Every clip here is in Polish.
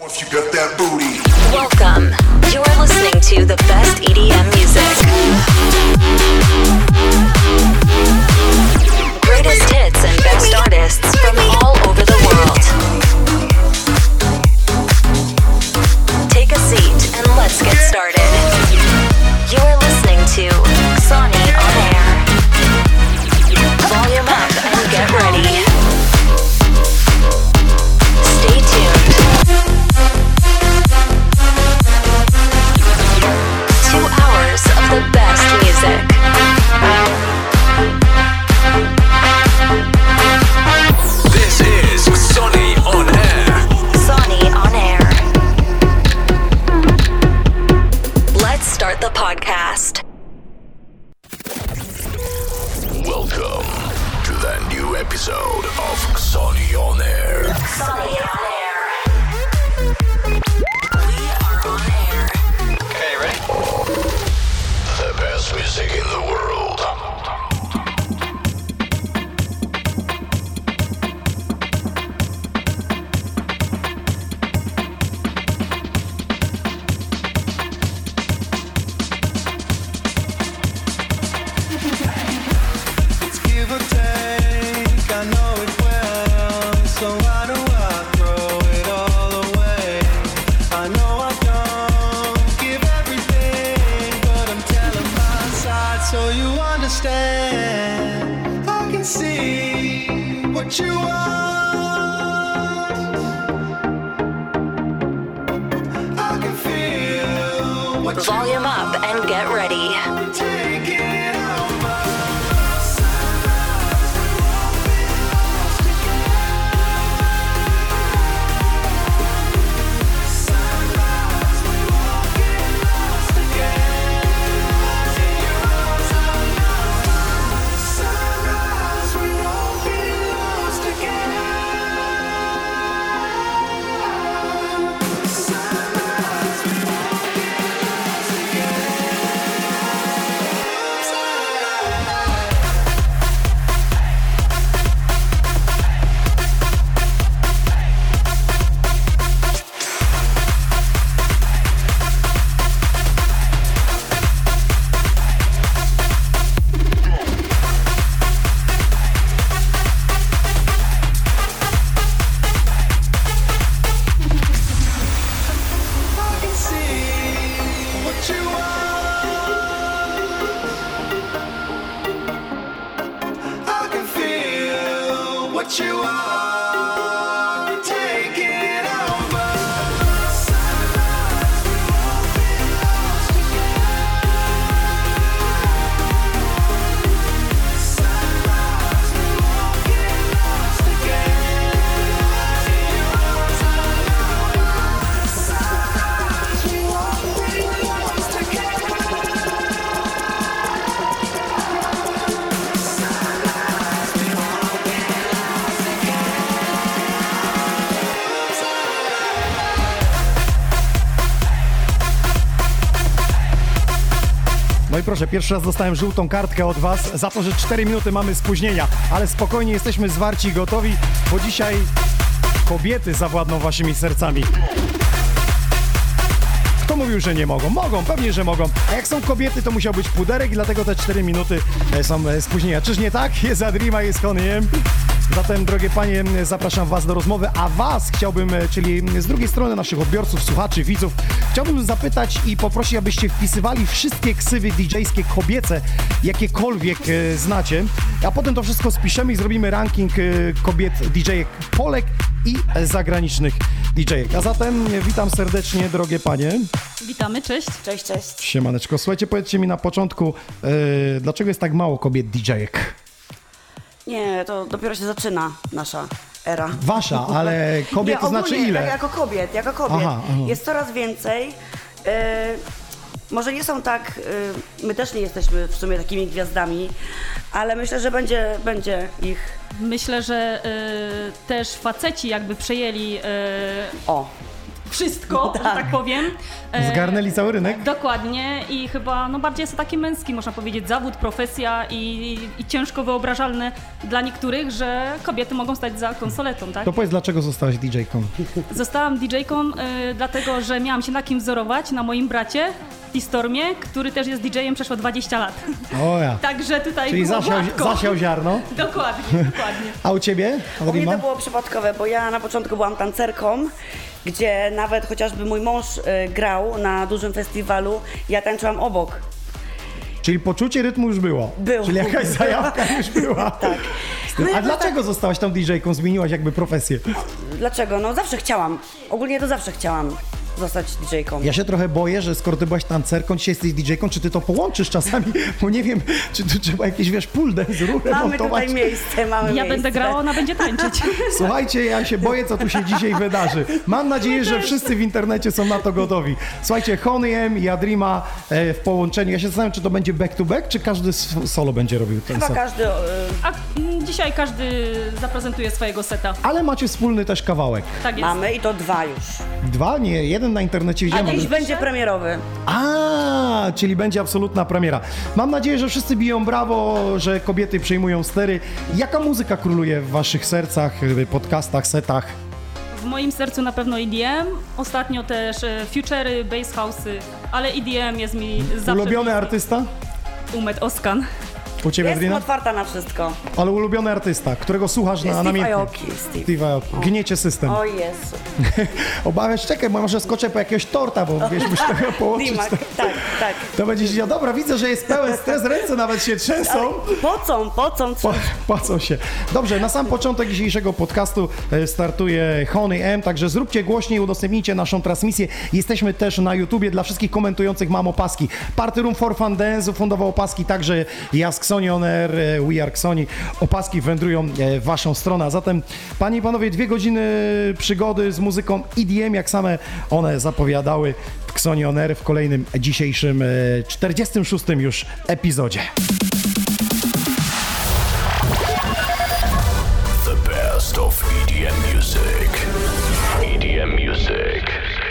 If you got that booty. Welcome. You are listening to the best EDM music. Greatest hits and best artists from all over the world. Take a seat and let's get started. You are listening to Xoni On Air. Volume up and get ready. Stay tuned. 2 hours of the best music. This is Xoni On Air. Xoni On Air. Let's start the podcast. Welcome to the new episode of Xoni On Air. Xoni On Air. We are on air. Okay, ready? The best music in the world. Give or take, I know it well, so why do I throw it all away? I know I don't give everything, but I'm telling my side so you understand. I can see what you want, I can feel what you Volume up and get ready. want. Take it over. You are, take it over. Sunrise, we won't get lost again. Sunrise, we won't get lost again. No i proszę, pierwszy raz dostałem żółtą kartkę od was za to, że 4 minuty mamy spóźnienia, ale spokojnie, jesteśmy zwarci i gotowi, bo dzisiaj kobiety zawładną waszymi sercami. Kto mówił, że nie mogą? Mogą, pewnie, że mogą. A jak są kobiety, to musiał być puderek i dlatego te 4 minuty są spóźnienia. Czyż nie tak? Jest Adrima, jest Koniem. Zatem, drogie panie, zapraszam was do rozmowy, a was chciałbym, czyli z drugiej strony naszych odbiorców, słuchaczy, widzów, chciałbym zapytać i poprosić, abyście wpisywali wszystkie ksywy DJ-skie kobiece, jakiekolwiek znacie, a potem to wszystko spiszemy i zrobimy ranking kobiet DJ-ek Polek i zagranicznych DJ-ek. A zatem witam serdecznie, drogie panie. Witamy, cześć. Cześć, cześć. Siemaneczko. Słuchajcie, powiedzcie mi na początku, dlaczego jest tak mało kobiet DJ-ek? Nie, to dopiero się zaczyna nasza era. Wasza, ale kobiet nie, to znaczy ogólnie, ile? Jako kobiet. Aha. Jest coraz więcej. Może nie są tak, my też nie jesteśmy w sumie takimi gwiazdami, ale myślę, że będzie ich. Myślę, że też faceci jakby przejęli wszystko, że tak powiem. Zgarnęli cały rynek? Dokładnie i chyba bardziej jest to taki męski, można powiedzieć, zawód, profesja i ciężko wyobrażalne dla niektórych, że kobiety mogą stać za konsoletą, tak? To powiedz, dlaczego zostałaś DJ-ką? Zostałam DJ-ką dlatego, że miałam się na kim wzorować, na moim bracie, T-Stormie, który też jest DJ-em przeszło 20 lat. O ja. Także tutaj Czyli było gładko. zasiał ziarno. Dokładnie. A u ciebie, U mnie Adrima? to było przypadkowe, bo ja na początku byłam tancerką, gdzie nawet chociażby mój mąż grał na dużym festiwalu, ja tańczyłam obok. Czyli poczucie rytmu już było. Było. Czyli jakaś zajawka już była. Tak. A dlaczego zostałaś tą DJ-ką? Zmieniłaś jakby profesję? Dlaczego? No zawsze chciałam. Ogólnie to zawsze chciałam zostać DJ-ką. Ja się trochę boję, że skoro ty byłaś tancerką, dzisiaj jesteś DJ-ką, czy ty to połączysz czasami? Bo nie wiem, czy tu trzeba jakieś, pool dance, rurę Mamy montować. tutaj miejsce, mamy Ja miejsce. będę grała, ona będzie tańczyć. Słuchajcie, ja się boję, co tu się dzisiaj wydarzy. Mam nadzieję, że wszyscy w internecie są na to gotowi. Słuchajcie, Honey M i Adrima w połączeniu. Ja się zastanawiam, czy to będzie back to back, czy każdy solo będzie robił ten Chyba set. każdy... A dzisiaj każdy zaprezentuje swojego seta. Ale macie wspólny też kawałek. Tak jest. Mamy i to 2 już. 2? Nie, jeden na internecie A widziałem. dziś ale- będzie premierowy. A, czyli będzie absolutna premiera. Mam nadzieję, że wszyscy biją brawo, że kobiety przejmują stery. Jaka muzyka króluje w waszych sercach, podcastach, setach? W moim sercu na pewno EDM, ostatnio też futury, bass house'y, ale EDM jest mi zawsze Ulubiony bliski. artysta? Umet Oskan. U ciebie, Jestem Adrina? otwarta na wszystko. Ale ulubiony artysta, którego słuchasz na Steve namiętnie. Aoki. Steve Aoki. Gniecie system. O Jezu. Obawiasz, czekaj, bo może skoczę po jakiegoś torta, bo wiesz, muszę tego połączyć. Dimak, tak. To będzie się, dobra, widzę, że jest pełen stres, ręce nawet się trzęsą. Pocą. Płacą się. Dobrze, na sam początek dzisiejszego podcastu startuje Honey M, także zróbcie głośniej, udostępnijcie naszą transmisję. Jesteśmy też na YouTubie dla wszystkich komentujących mam opaski. Party Room for Fun Dance ufundował opaski, także ja z Xoni On Air, We Are Xoni. Opaski wędrują w waszą stronę. A zatem, panie i panowie, 2 godziny przygody z muzyką EDM, jak same one zapowiadały w Xoni On Air w kolejnym dzisiejszym 46. już epizodzie. The best of EDM music. EDM music.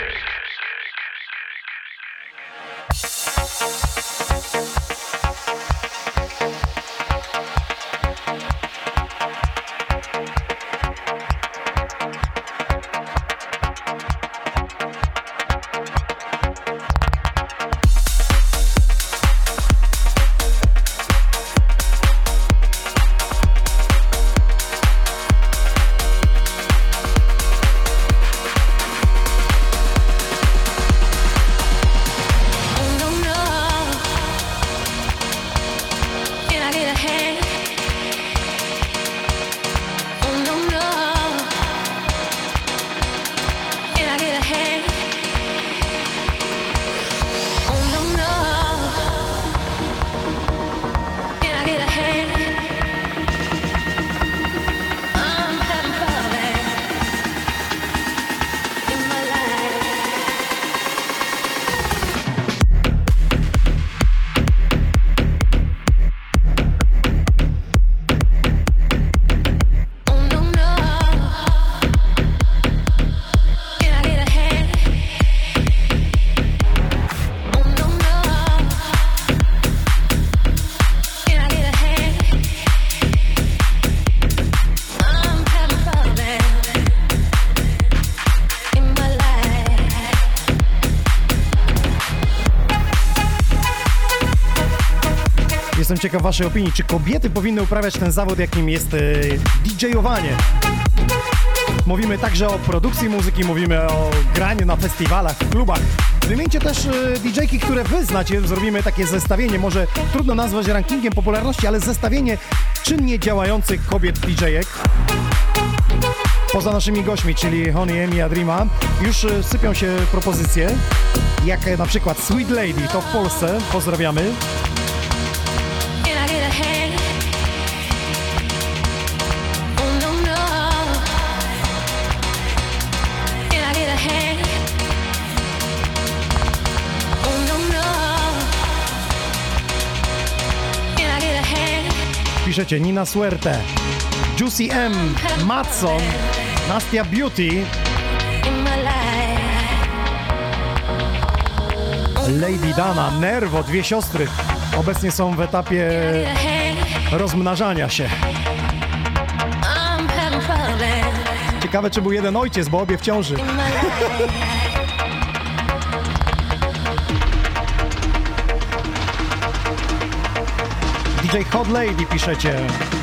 Jestem ciekaw waszej opinii, czy kobiety powinny uprawiać ten zawód, jakim jest DJ-owanie. Mówimy także o produkcji muzyki, mówimy o graniu na festiwalach, w klubach. Wymieńcie też DJ-ki, które wy znacie, zrobimy takie zestawienie, może trudno nazwać rankingiem popularności, ale zestawienie czynnie działających kobiet DJ-ek. Poza naszymi gośćmi, czyli Honey M i Adrima, już sypią się propozycje, jak na przykład Sweet Lady, to w Polsce, pozdrawiamy. Piszecie Nina Suerte, Juicy M, Matson, Nastia Beauty. Lady Dana, Nervo, dwie siostry. Obecnie są w etapie rozmnażania się. Ciekawe, czy był jeden ojciec, bo obie w ciąży. DJ Hot Lady piszecie.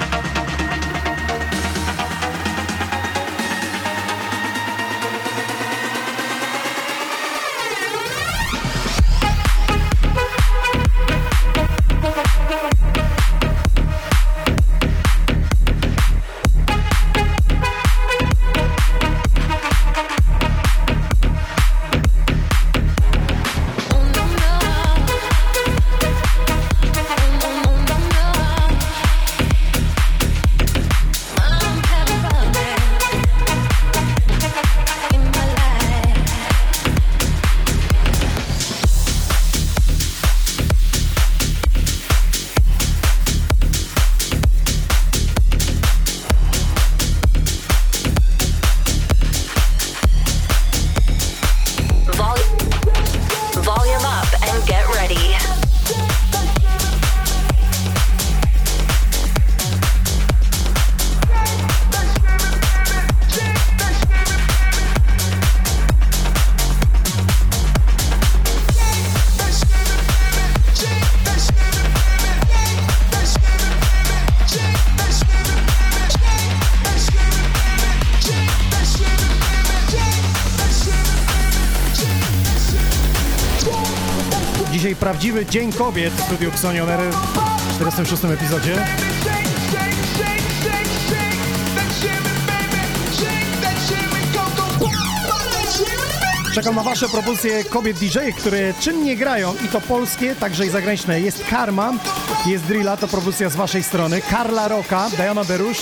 Prawdziwy Dzień Kobiet w studiu Xonioner w 46. epizodzie. Czekam na wasze propozycje kobiet DJ-ek, które czynnie grają i to polskie, także i zagraniczne. Jest Karma, jest Drilla, to propozycja z waszej strony. Karla Rocka, Diana Berusz.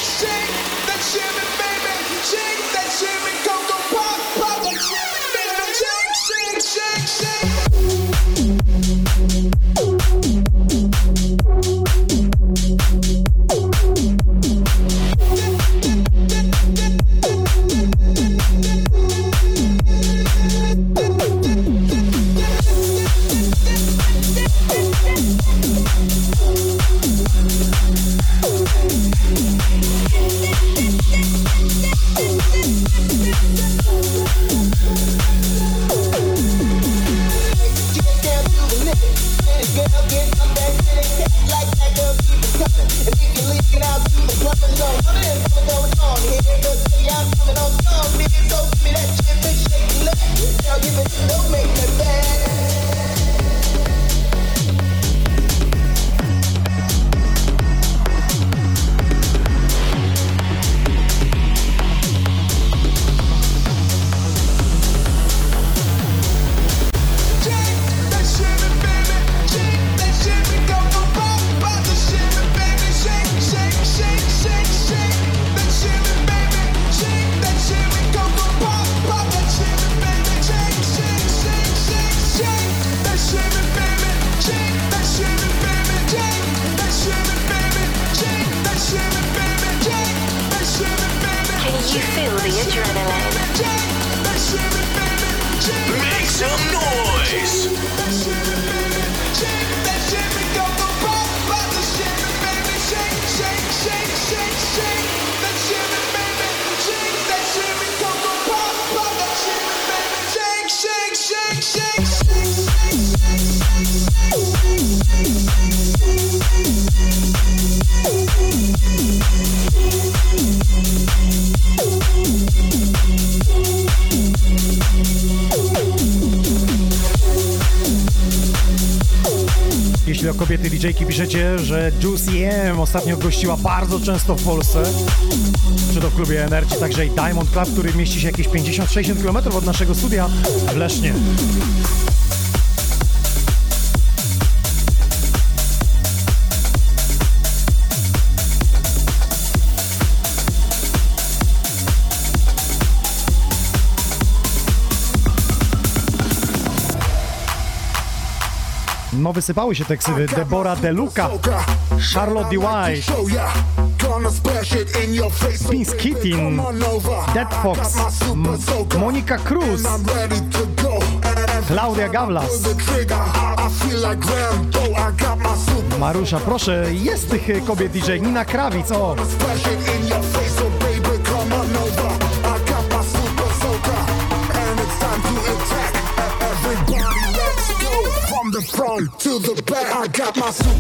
Jeśli o kobiety DJ-ki piszecie, że Juicy M ostatnio gościła bardzo często w Polsce, czy to w klubie Energy, także i Diamond Club, który mieści się jakieś 50-60 km od naszego studia w Lesznie. No wysypały się te ksywy. Deborah DeLuca, Charlotte D. White, Vince Keating, Dead Fox, Monica Cruz. Klaudia Gawlas. Marusza, proszę, jest tych kobiet DJ. Nina Krawic, o! From the front to the back, I got my suit.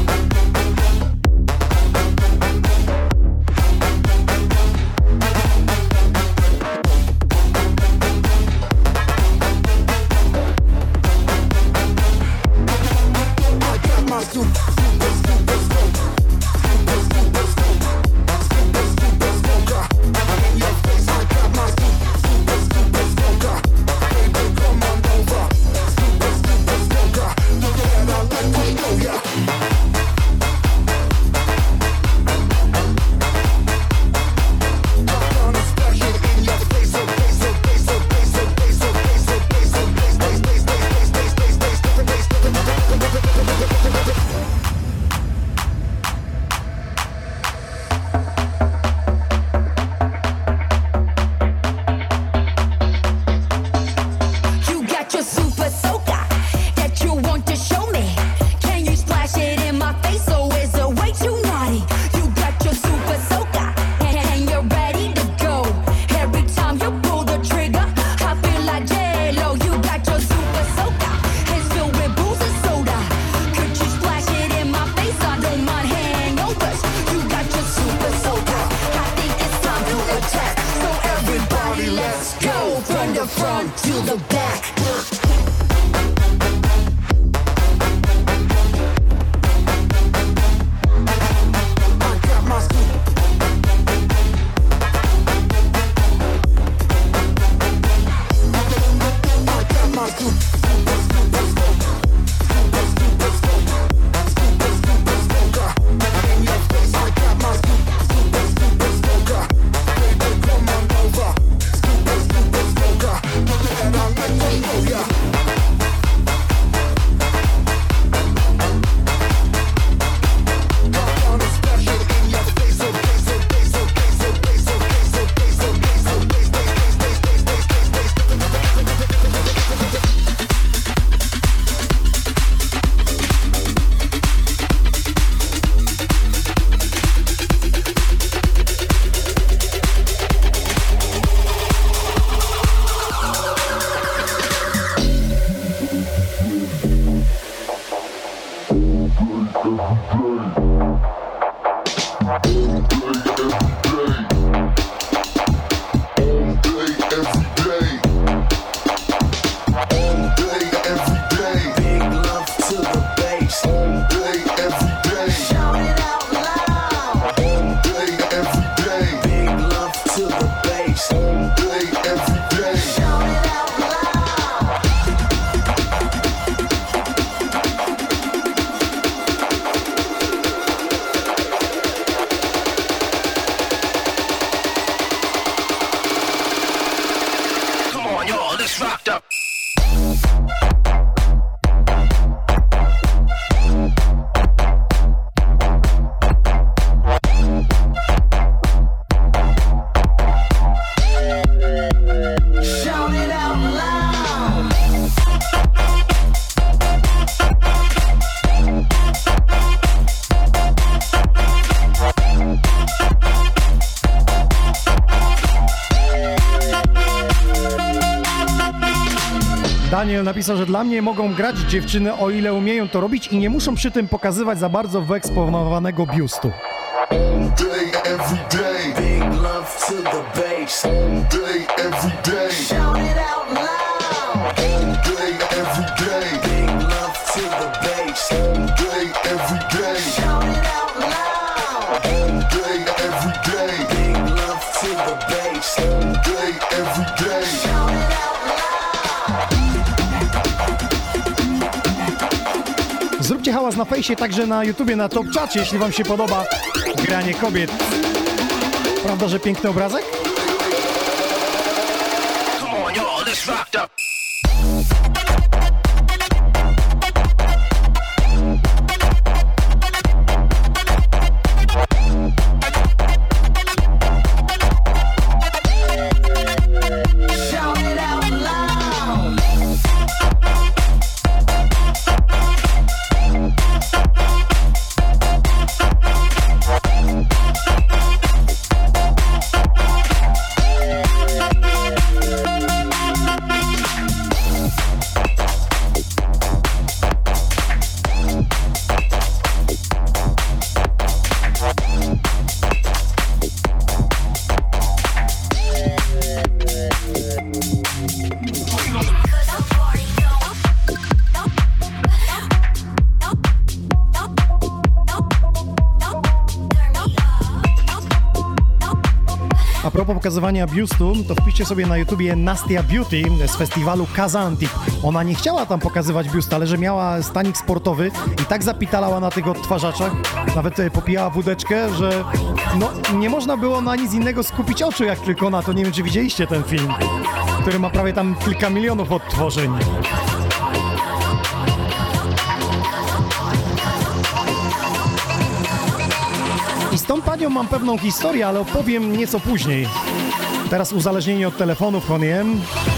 Daniel napisał, że dla mnie mogą grać dziewczyny, o ile umieją to robić i nie muszą przy tym pokazywać za bardzo wyeksponowanego biustu. Zróbcie hałas na fejsie, także na YouTubie, na Top Czacie, jeśli wam się podoba granie kobiet. Prawda, że piękny obrazek? Come on, y'all, let's rock up. A propos pokazywania biustu, to wpiszcie sobie na YouTubie Nastia Beauty z festiwalu Kazantip. Ona nie chciała tam pokazywać biustu, ale że miała stanik sportowy i tak zapitalała na tych odtwarzaczach, nawet popijała wódeczkę, że no nie można było na nic innego skupić oczu, jak tylko na to. Nie wiem, czy widzieliście ten film, który ma prawie tam kilka milionów odtworzeń. I z tą panią mam pewną historię, ale opowiem nieco później. Teraz uzależnienie od telefonów, koniem.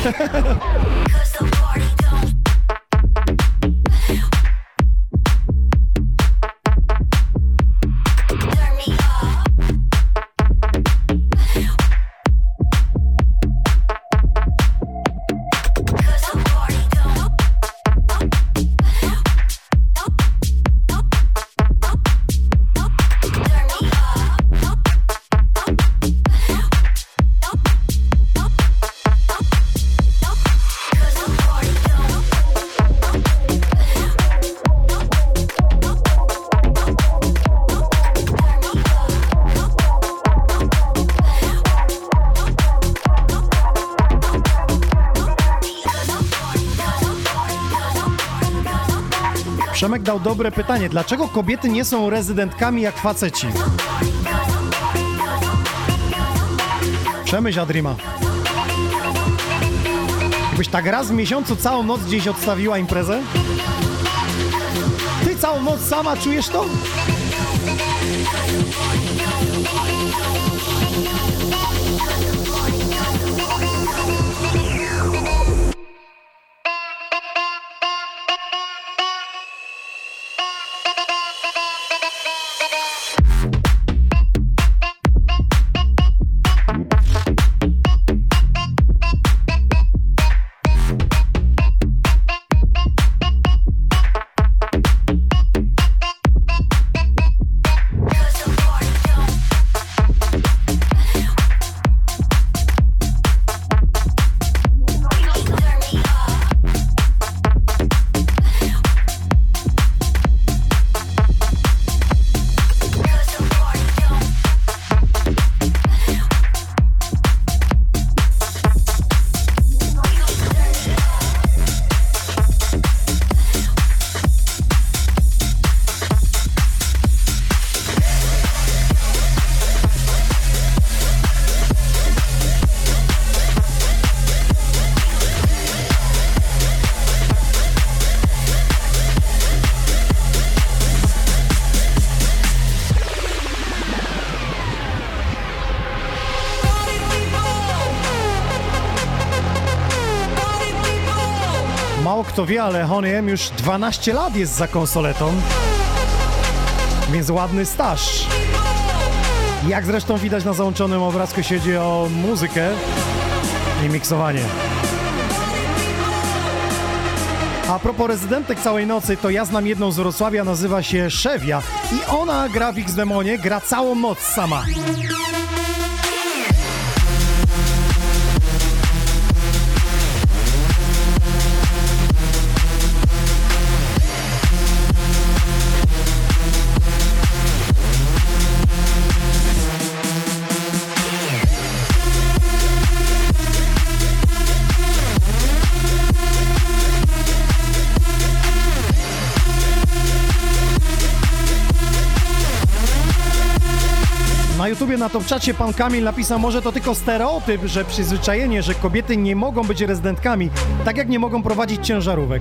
Przemek dał dobre pytanie. Dlaczego kobiety nie są rezydentkami jak faceci? Przemyśl, Adrima. Jakbyś tak raz w miesiącu całą noc gdzieś odstawiła imprezę? Ty całą noc sama czujesz to? Mało kto wie, ale Honey już 12 lat jest za konsoletą, więc ładny staż. Jak zresztą widać na załączonym obrazku, jeśli chodzi o muzykę i miksowanie. A propos rezydentek całej nocy, to ja znam jedną z Wrocławia, nazywa się Szewia i ona gra w X-Demonie, gra całą noc sama. Na YouTubie, na Topczacie pan Kamil napisał, może to tylko stereotyp, że przyzwyczajenie, że kobiety nie mogą być rezydentkami, tak jak nie mogą prowadzić ciężarówek.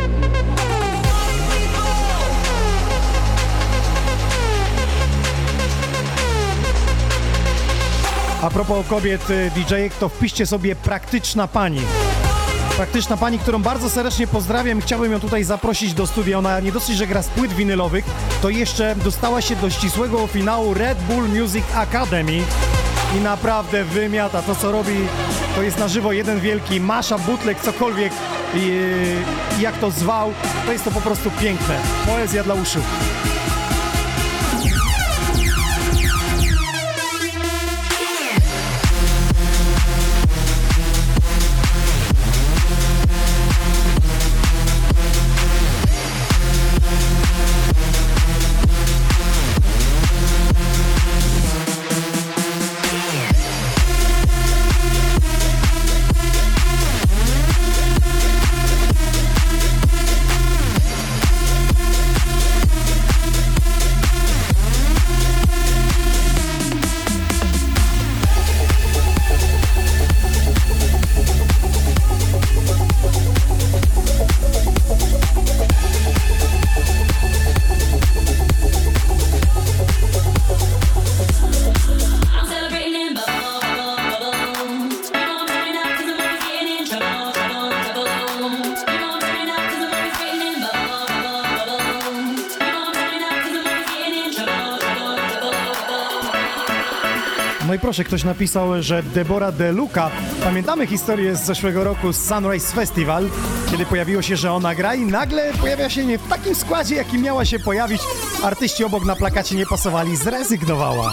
A propos kobiet DJ-ek, to wpiszcie sobie Praktyczna Pani. Praktyczna Pani, którą bardzo serdecznie pozdrawiam i chciałbym ją tutaj zaprosić do studia. Ona nie dosyć, że gra z płyt winylowych, to jeszcze dostała się do ścisłego finału Red Bull Music Academy i naprawdę wymiata. To, co robi, to jest na żywo jeden wielki mashup, bootleg, cokolwiek i jak to zwał, to jest to po prostu piękne. Poezja dla uszu. i proszę, ktoś napisał, że Deborah De Luca, pamiętamy historię z zeszłego roku z Sunrise Festival, kiedy pojawiło się, że ona gra i nagle pojawia się nie w takim składzie, jakim miała się pojawić. Artyści obok na plakacie nie pasowali, zrezygnowała.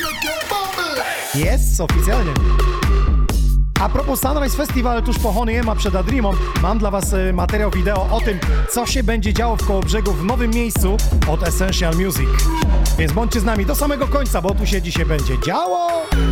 Jest, oficjalnie. A propos Sunrise Festival, tuż po Honey M, a przed Adrimą, mam dla was materiał wideo o tym, co się będzie działo w Kołobrzegu w nowym miejscu od Essential Music. Więc bądźcie z nami do samego końca, bo tu się dzisiaj będzie działo.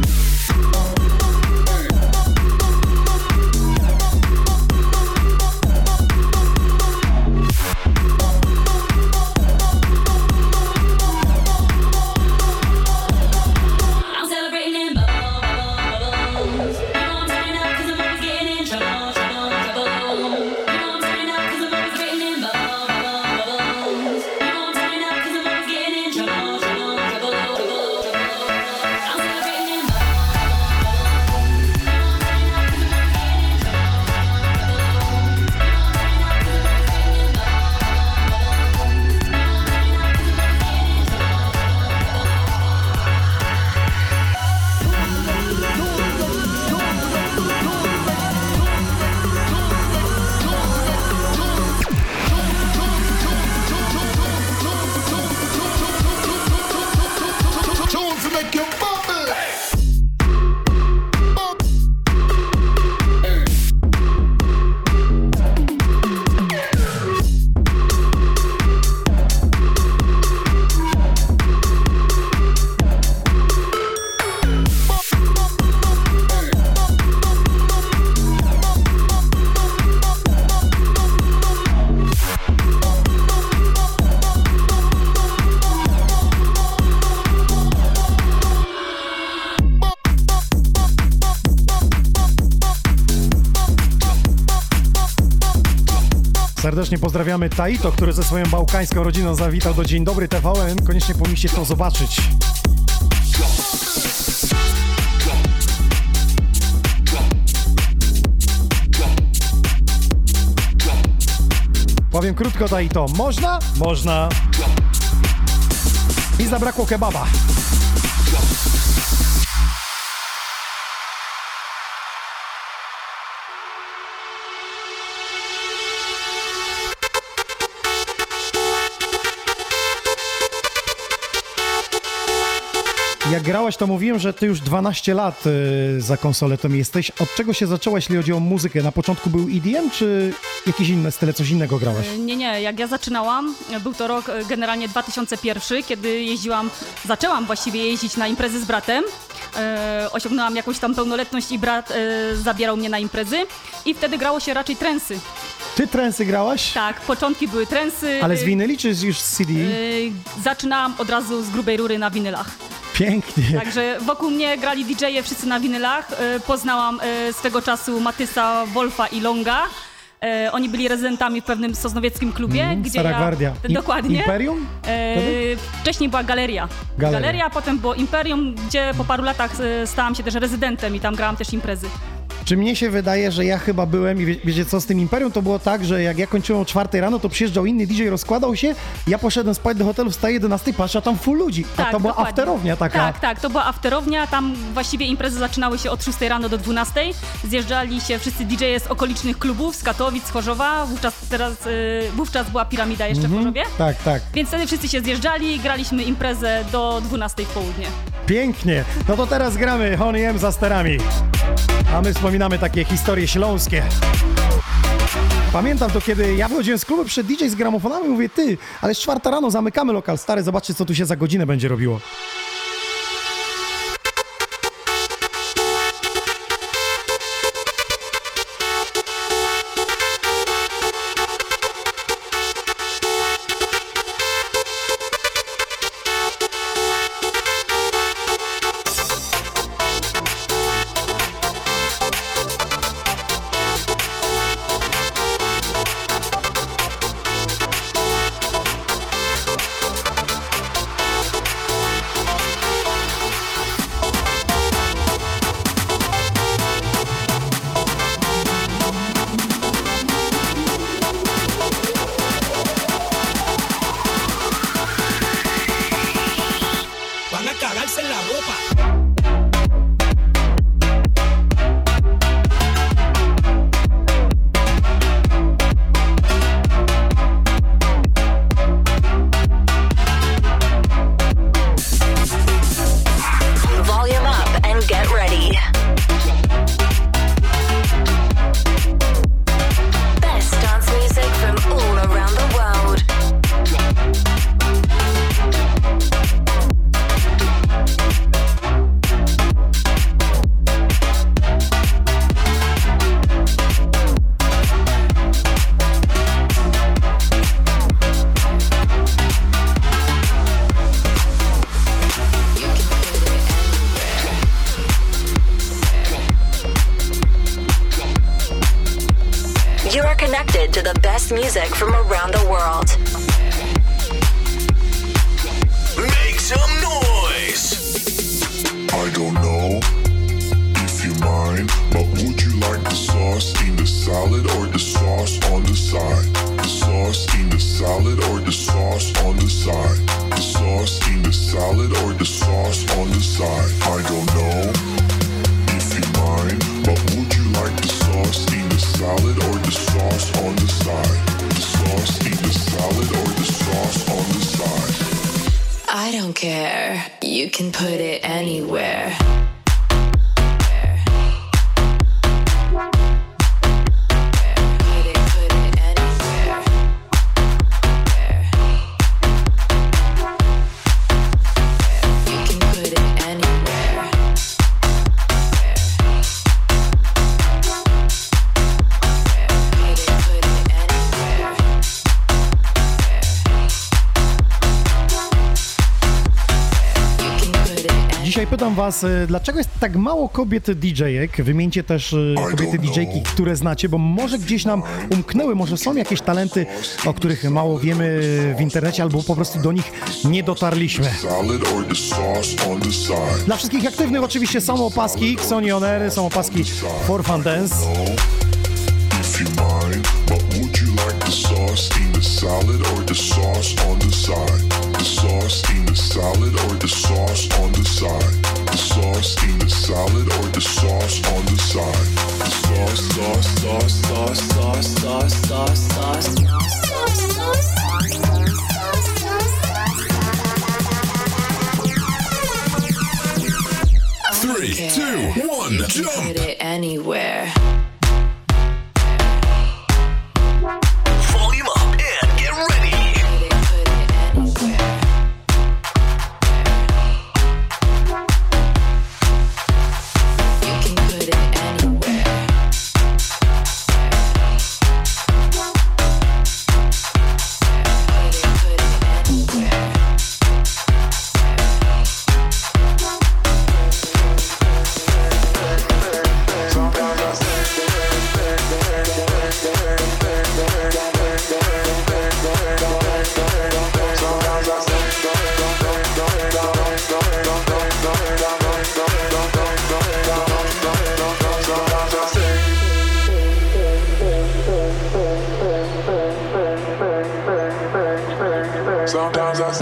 Serdecznie pozdrawiamy Taito, który ze swoją bałkańską rodziną zawitał do Dzień Dobry TVN. Koniecznie powinniście to zobaczyć. Powiem krótko, Taito. Można? Można. I zabrakło kebaba. Jak grałaś, to mówiłem, że ty już 12 lat za konsoletą jesteś. Od czego się zaczęłaś, jeśli chodzi o muzykę? Na początku był EDM, czy jakieś inne style, coś innego grałaś? Nie. Jak ja zaczynałam, był to rok generalnie 2001, kiedy zaczęłam właściwie jeździć na imprezy z bratem. Osiągnęłam jakąś tam pełnoletność i brat zabierał mnie na imprezy i wtedy grało się raczej trensy. Ty trensy grałaś? Tak, początki były trensy. Ale z winyli, czy już z CD? Zaczynałam od razu z grubej rury na winylach. Pięknie. Także wokół mnie grali DJ-e wszyscy na winylach. Poznałam swego czasu Matysa, Wolfa i Longa. Oni byli rezydentami w pewnym sosnowieckim klubie, gdzie Stara Gwardia. Dokładnie. Imperium? Wcześniej była Galeria, potem było Imperium, gdzie po paru latach stałam się też rezydentem i tam grałam też imprezy. Czy mnie się wydaje, że ja chyba byłem i wiecie co, z tym Imperium to było tak, że jak ja kończyłem o 4 rano, to przyjeżdżał inny DJ, rozkładał się, ja poszedłem spać do hotelu, wstaję 11, patrzę, a tam full ludzi. Tak, to była dokładnie. afterownia taka. Tak, to była afterownia, tam właściwie imprezy zaczynały się od 6 rano do 12. Zjeżdżali się wszyscy DJ-e z okolicznych klubów, z Katowic, z Chorzowa, wówczas była Piramida jeszcze w Chorzowie. Tak. Więc wtedy wszyscy się zjeżdżali, graliśmy imprezę do 12 w południe. Pięknie. No to teraz gramy Honey M za sterami. A my wspominamy takie historie śląskie. Pamiętam to, kiedy ja wychodziłem z klubu przed DJ z gramofonami, mówię, ty, ale jest 4 rano, zamykamy lokal stary, zobaczcie, co tu się za godzinę będzie robiło. best music from around the world. Make some noise. I don't know if you mind, but would you like the sauce in the salad or the sauce on the side? The sauce in the salad or the sauce on the side? The sauce in the salad or the sauce on the side? I don't know if you mind, but would you like the sauce in the salad or the sauce on the side? The sauce in the salad or the sauce on the side? I don't care. You can put it anywhere. Dzisiaj pytam was, dlaczego jest tak mało kobiet DJ-ek? Wymieńcie też kobiety DJ-ki, które znacie, bo może gdzieś nam umknęły, może są jakieś talenty, o których mało wiemy w internecie, albo po prostu do nich nie dotarliśmy. Dla wszystkich aktywnych oczywiście są opaski Xoni On Air, są opaski For Fun Dance. If you mind, but would you like the sauce in the salad or the sauce on the side? The sauce in the salad or the sauce on the side? The sauce in the salad or the sauce on the side? The sauce, sauce, sauce, sauce, sauce, sauce, sauce, sauce. 3, 2, 1, jump! Put it anywhere. Volume up and get ready. Sometimes I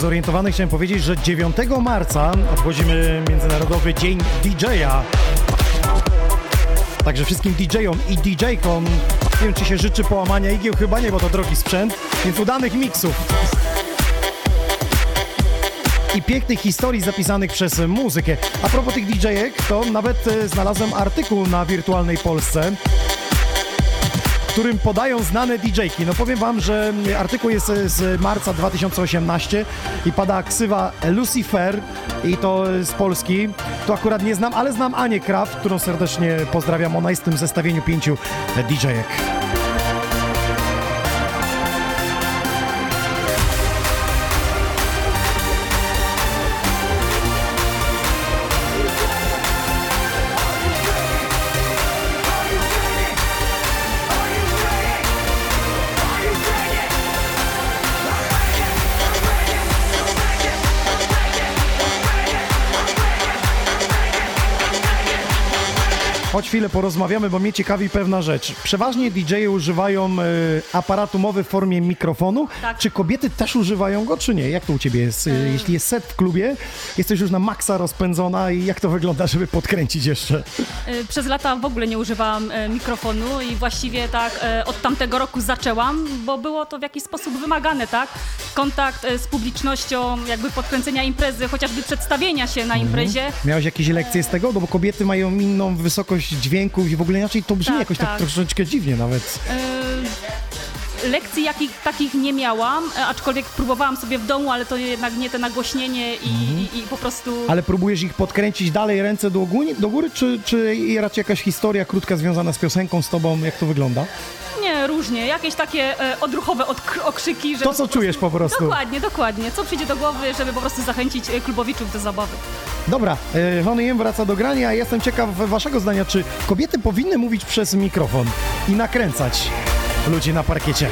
niezorientowanych, chciałem powiedzieć, że 9 marca obchodzimy Międzynarodowy Dzień DJ-a. Także wszystkim DJ-om i DJ-kom, nie wiem, czy się życzy połamania igieł, chyba nie, bo to drogi sprzęt, więc udanych miksów. I pięknych historii zapisanych przez muzykę. A propos tych DJ-ek, to nawet znalazłem artykuł na Wirtualnej Polsce, w którym podają znane DJ-ki. No powiem wam, że artykuł jest z marca 2018 i pada ksywa Lucifer i to z Polski. To akurat nie znam, ale znam Anię Kraft, którą serdecznie pozdrawiam. Ona jest w tym zestawieniu 5 DJ-ek. Choć chwilę porozmawiamy, bo mnie ciekawi pewna rzecz. Przeważnie DJ-e używają aparatu mowy w formie mikrofonu. Tak. Czy kobiety też używają go, czy nie? Jak to u ciebie jest? Jeśli jest set w klubie, jesteś już na maksa rozpędzona i jak to wygląda, żeby podkręcić jeszcze? Przez lata w ogóle nie używałam mikrofonu i właściwie tak od tamtego roku zaczęłam, bo było to w jakiś sposób wymagane, tak? Kontakt z publicznością, jakby podkręcenia imprezy, chociażby przedstawienia się na imprezie. Miałeś jakieś lekcje z tego? No bo kobiety mają inną wysokość dźwięków i w ogóle inaczej to brzmi Tak, jakoś tak tak. troszeczkę dziwnie nawet. Lekcji takich nie miałam, aczkolwiek próbowałam sobie w domu, ale to jednak nie te nagłośnienie i po prostu... Ale próbujesz ich podkręcić dalej, ręce do góry, czy raczej jakaś historia krótka związana z piosenką, z tobą, jak to wygląda? Nie, różnie. Jakieś takie odruchowe okrzyki, żeby To, co czujesz po prostu. Dokładnie. Co przyjdzie do głowy, żeby po prostu zachęcić klubowiczów do zabawy. Dobra, Wony M wraca do grania, a ja jestem ciekaw waszego zdania, czy kobiety powinny mówić przez mikrofon i nakręcać ludzi na parkiecie?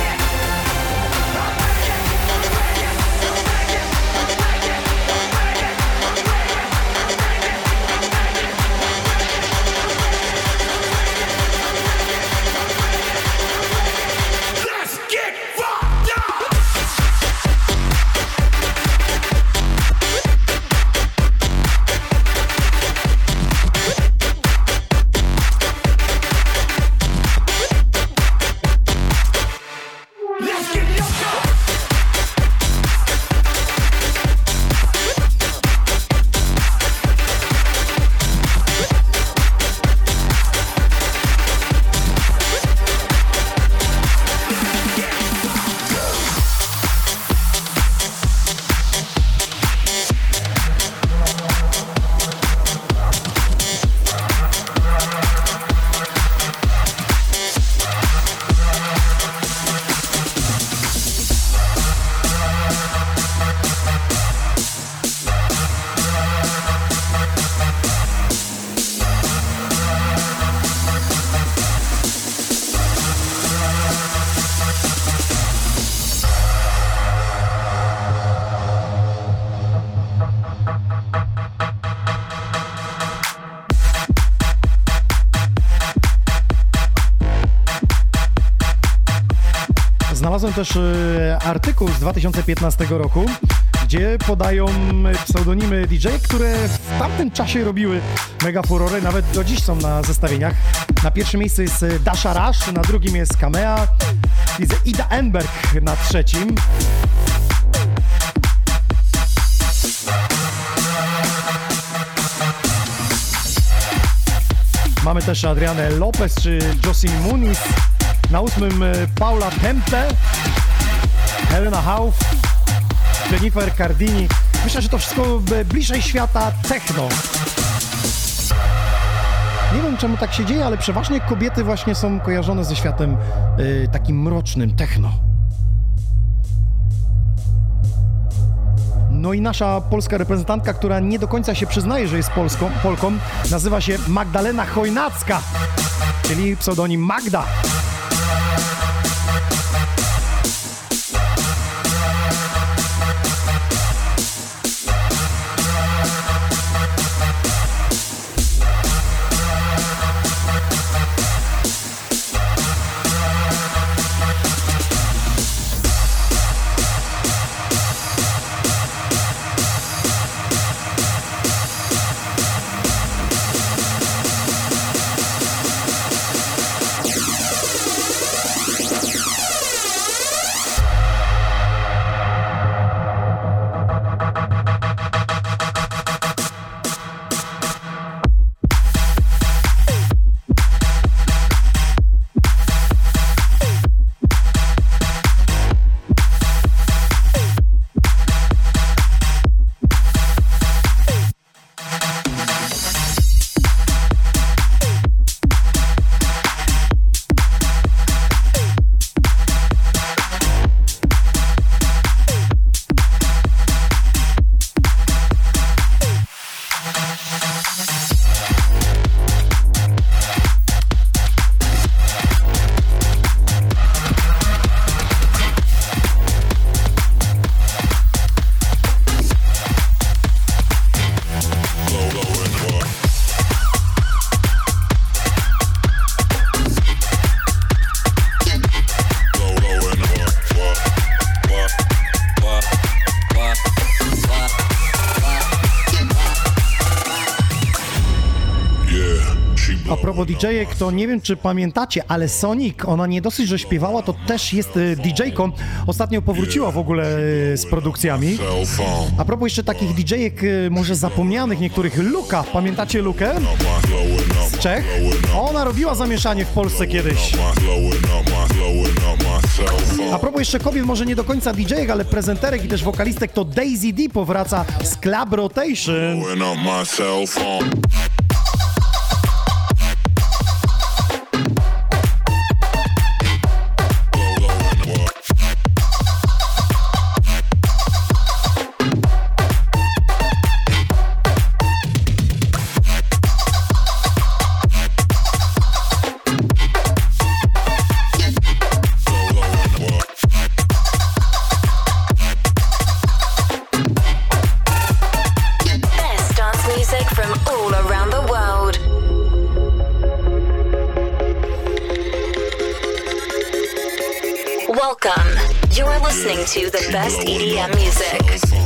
Znalazłem też artykuł z 2015 roku, gdzie podają pseudonimy DJ, które w tamtym czasie robiły mega furory, nawet do dziś są na zestawieniach. Na pierwszym miejscu jest Dasha Rush, na drugim jest Kamea, widzę Ida Enberg na trzecim. Mamy też Adrianę Lopez czy Josie Muniz. Na 8 Paula Tempe, Helena Hauff, Jennifer Cardini. Myślę, że to wszystko bliżej świata techno. Nie wiem, czemu tak się dzieje, ale przeważnie kobiety właśnie są kojarzone ze światem takim mrocznym, techno. No i nasza polska reprezentantka, która nie do końca się przyznaje, że jest Polką, nazywa się Magdalena Chojnacka, czyli pseudonim Magda. A propos DJ-ek, to nie wiem, czy pamiętacie, ale Sonic, ona nie dosyć, że śpiewała, to też jest DJ-ką. Ostatnio powróciła w ogóle z produkcjami. A propos jeszcze takich DJ-ek, może zapomnianych niektórych, Luka. Pamiętacie Lukę? Z Czech? Ona robiła zamieszanie w Polsce kiedyś. A propos jeszcze kobiet, może nie do końca DJ-ek, ale prezenterek i też wokalistek, to Daisy D powraca z Club Rotation. Best dance music from all around the world. Welcome. You are listening to the best EDM music.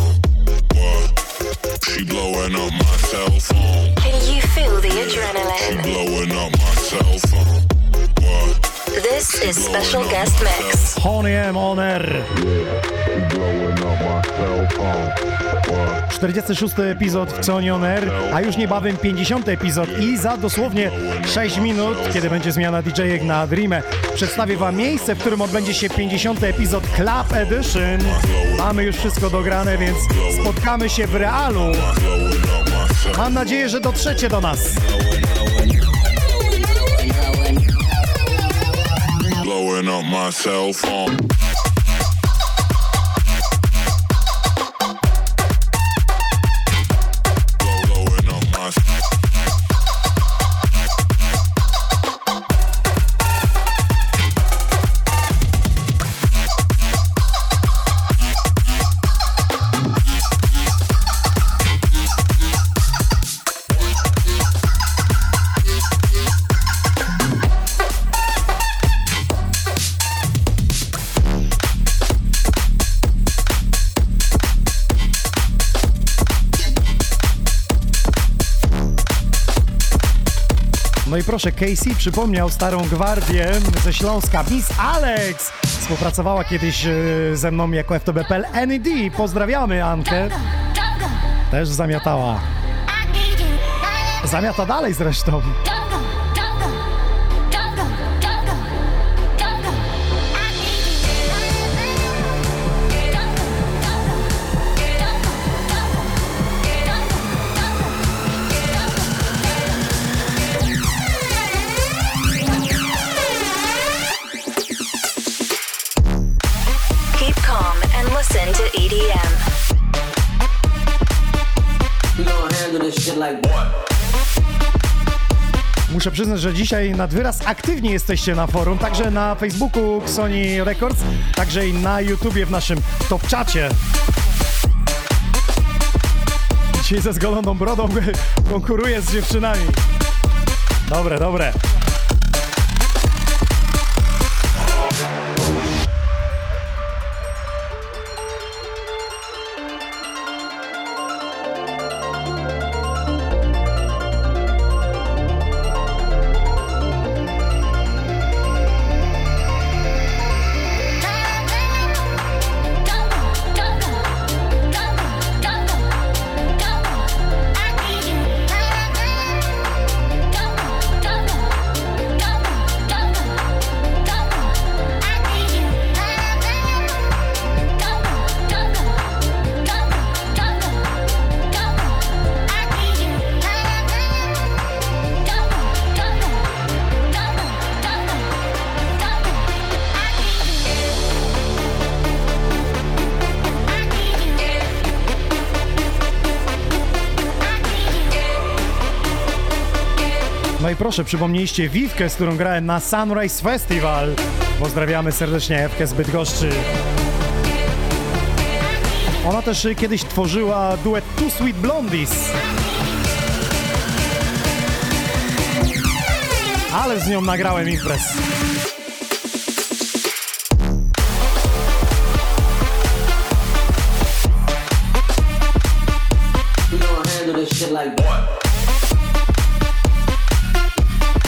She blowing up my cell phone. Can you feel the adrenaline? Blowing up my cell phone. What? This is Special Guest Mix. Honey M On Air. Blowing up my cell phone. What? 46. epizod w Sony On Air, a już niebawem 50. epizod i za dosłownie 6 minut, kiedy będzie zmiana DJ-ek na Dreamę, przedstawię wam miejsce, w którym odbędzie się 50. epizod Club Edition. Mamy już wszystko dograne, więc spotkamy się w realu. Mam nadzieję, że dotrzecie do nas. Blowing up my cell phone. Blowing up my No i proszę, Casey przypomniał starą gwardię ze Śląska. Miss Alex współpracowała kiedyś ze mną jako FTB.pl. NED, pozdrawiamy Ankę. Też zamiatała. Zamiata dalej zresztą. Keep calm and listen to EDM. We gon' handle this shit like what? Muszę przyznać, że dzisiaj nad wyraz aktywnie jesteście na forum, także na Facebooku Sony Records, także i na YouTubie w naszym top czacie. Dzisiaj ze zgoloną brodą konkuruję z dziewczynami. Dobre, dobre. No i proszę, przypomnieliście Wiwkę, z którą grałem na Sunrise Festival. Pozdrawiamy serdecznie Ewkę z Bydgoszczy. Ona też kiedyś tworzyła duet Two Sweet Blondies. Ale z nią nagrałem imprez. We gon' handle this shit like what?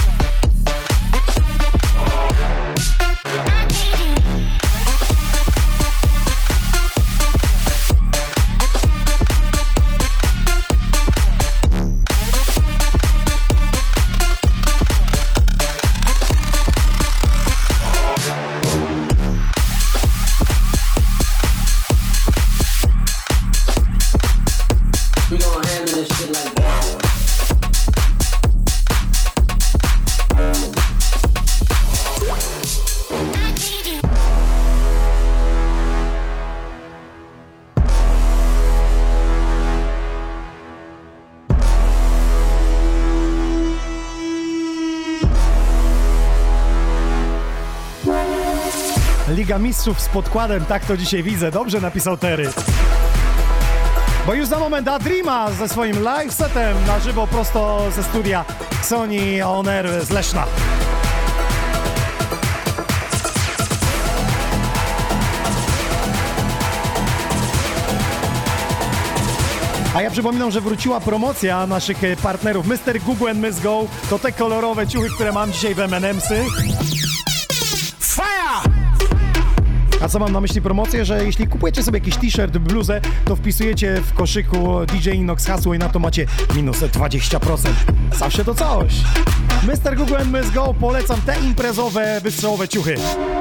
Liga Mistrzów z podkładem, tak to dzisiaj widzę. Dobrze napisał Terry. Bo już za moment Adrima ze swoim live setem na żywo prosto ze studia Sony On Air z Leszna. A ja przypominam, że wróciła promocja naszych partnerów Mr. Google and Miss Go. To te kolorowe ciuchy, które mam dzisiaj w M&M'sy. Fire! A co mam na myśli promocję? Że jeśli kupujecie sobie jakiś t-shirt, bluzę, to wpisujecie w koszyku DJ Inox hasło i na to macie minus 20%. Zawsze to coś. Mr. Google and Miss Go, polecam te imprezowe, wystrzałowe ciuchy.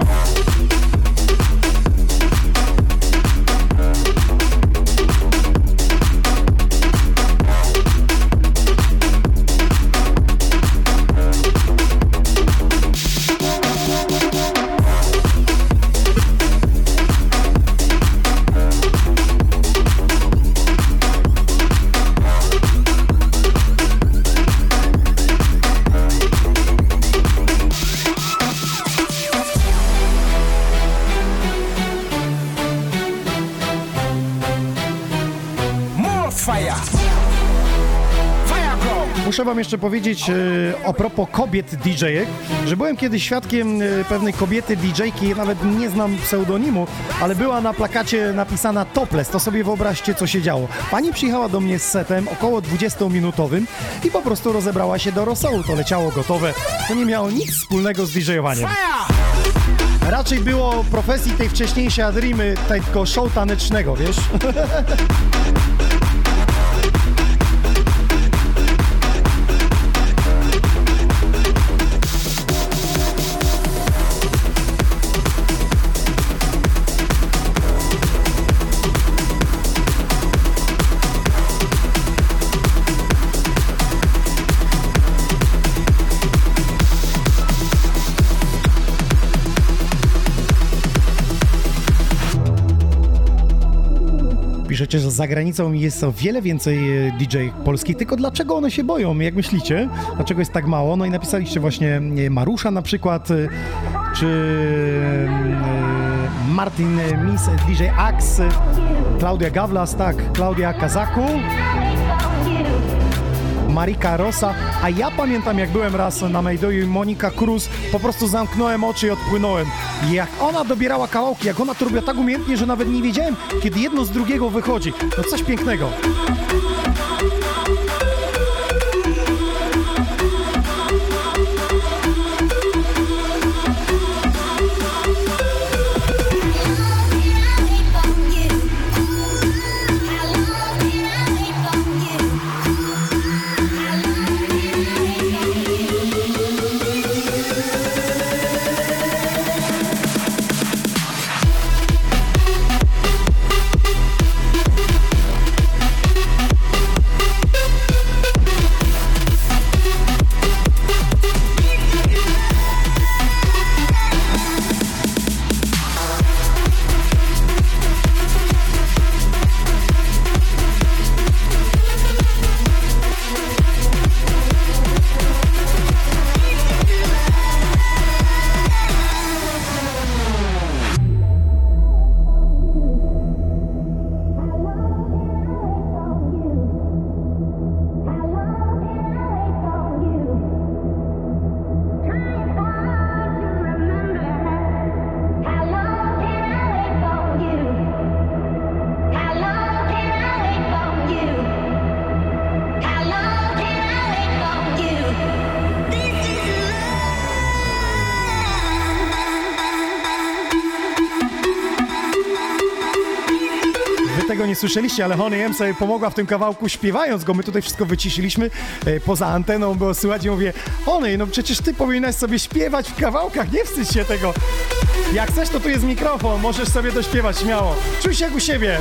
Muszę wam jeszcze powiedzieć a propos kobiet DJ-ek, że byłem kiedyś świadkiem pewnej kobiety DJ-ki, nawet nie znam pseudonimu, ale była na plakacie napisana Topless, to sobie wyobraźcie, co się działo. Pani przyjechała do mnie z setem około 20-minutowym i po prostu rozebrała się do rosołu, to leciało gotowe, to nie miało nic wspólnego z DJ-owaniem. Raczej było profesji tej wcześniejszej Adrimy, tylko show tanecznego, wiesz? Piszecie, że za granicą jest o wiele więcej DJ polskich, tylko dlaczego one się boją? Jak myślicie? Dlaczego jest tak mało? No i napisaliście właśnie Marusza na przykład, czy Martin Miss, DJ Axe, Klaudia Gawlas, tak, Klaudia Kazaku, Marika Rosa, a ja pamiętam, jak byłem raz na Maydayu i Monika Cruz, po prostu zamknąłem oczy i odpłynąłem. Jak ona dobierała kawałki, jak ona to robiła tak umiejętnie, że nawet nie wiedziałem, kiedy jedno z drugiego wychodzi. No coś pięknego. Nie słyszeliście, ale Honey M sobie pomogła w tym kawałku śpiewając go. My tutaj wszystko wyciszyliśmy poza anteną, było słychać i mówię: Honey, no przecież ty powinnaś sobie śpiewać w kawałkach, nie wstydź się tego. Jak chcesz, to tu jest mikrofon, możesz sobie dośpiewać śmiało. Czuj się jak u siebie.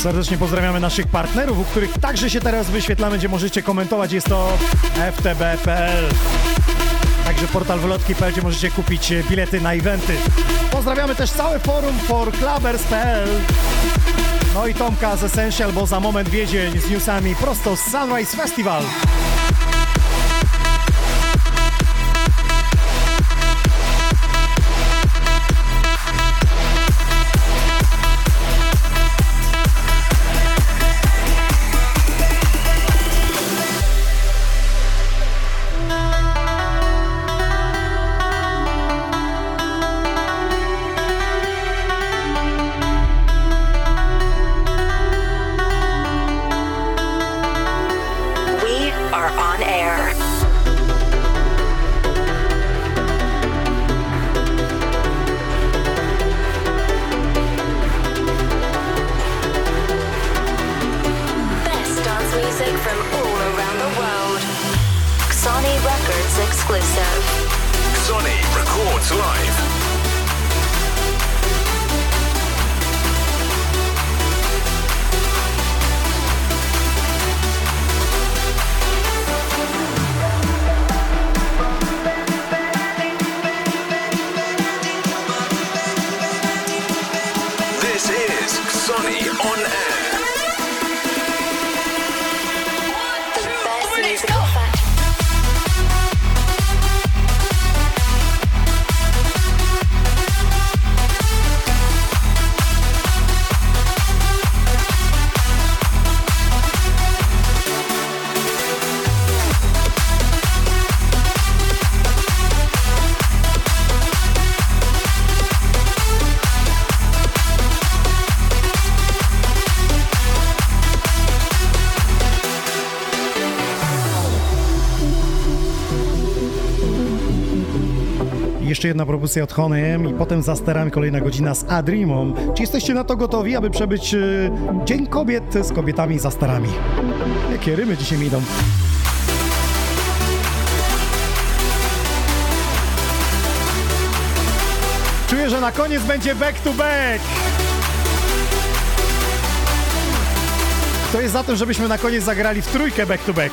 Serdecznie pozdrawiamy naszych partnerów, u których także się teraz wyświetlamy, gdzie możecie komentować. Jest to ftb.pl. Także portal wylotki.pl, gdzie możecie kupić bilety na eventy. Pozdrawiamy też całe forum forclubbers.pl. No i Tomka z Essential, bo za moment wjedzie z newsami prosto z Sunrise Festival. Jeszcze jedna propozycja od Honey M i potem za sterami kolejna godzina z Adrimą. Czy jesteście na to gotowi, aby przebyć Dzień Kobiet z kobietami za sterami? Jakie rymy dzisiaj mi idą? Czuję, że na koniec będzie back to back. To jest za tym, żebyśmy na koniec zagrali w trójkę back to back.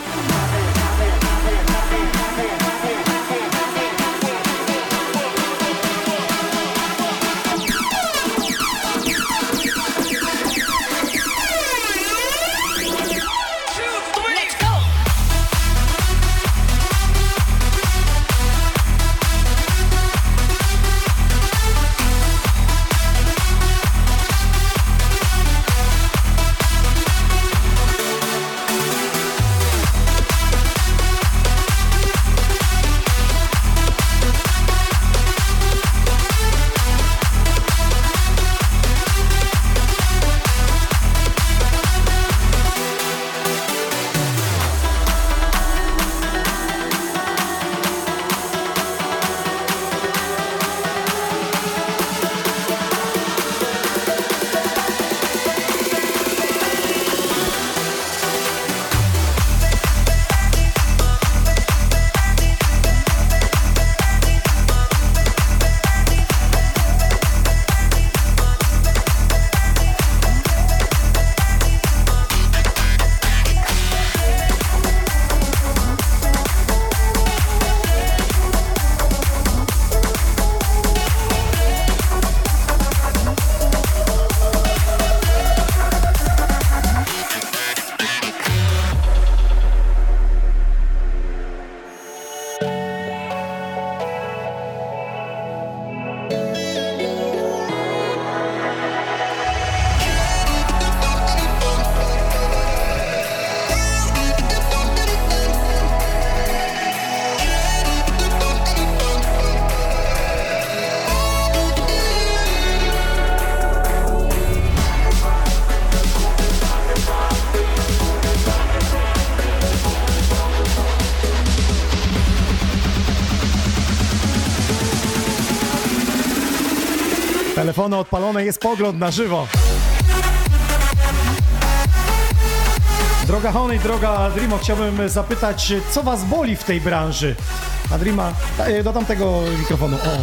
Telefony odpalone, jest pogląd na żywo. Droga Honey, droga Adrimo, chciałbym zapytać, co was boli w tej branży? Adrima, do tamtego mikrofonu. O.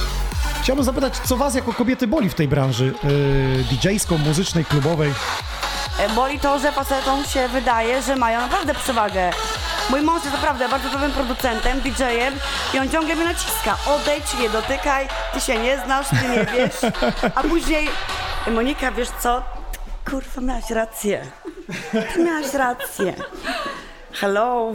Chciałbym zapytać, co was jako kobiety boli w tej branży DJ-sko, muzycznej, klubowej? Boli to, że facetom się wydaje, że mają naprawdę przewagę. Mój mąż jest naprawdę bardzo dobrym producentem, DJ-em i on ciągle mnie naciska. Odejdź, nie dotykaj, ty się nie znasz, ty nie wiesz. A później, Monika, wiesz co? Kurwa, miałaś rację. Ty miałaś rację. Hello.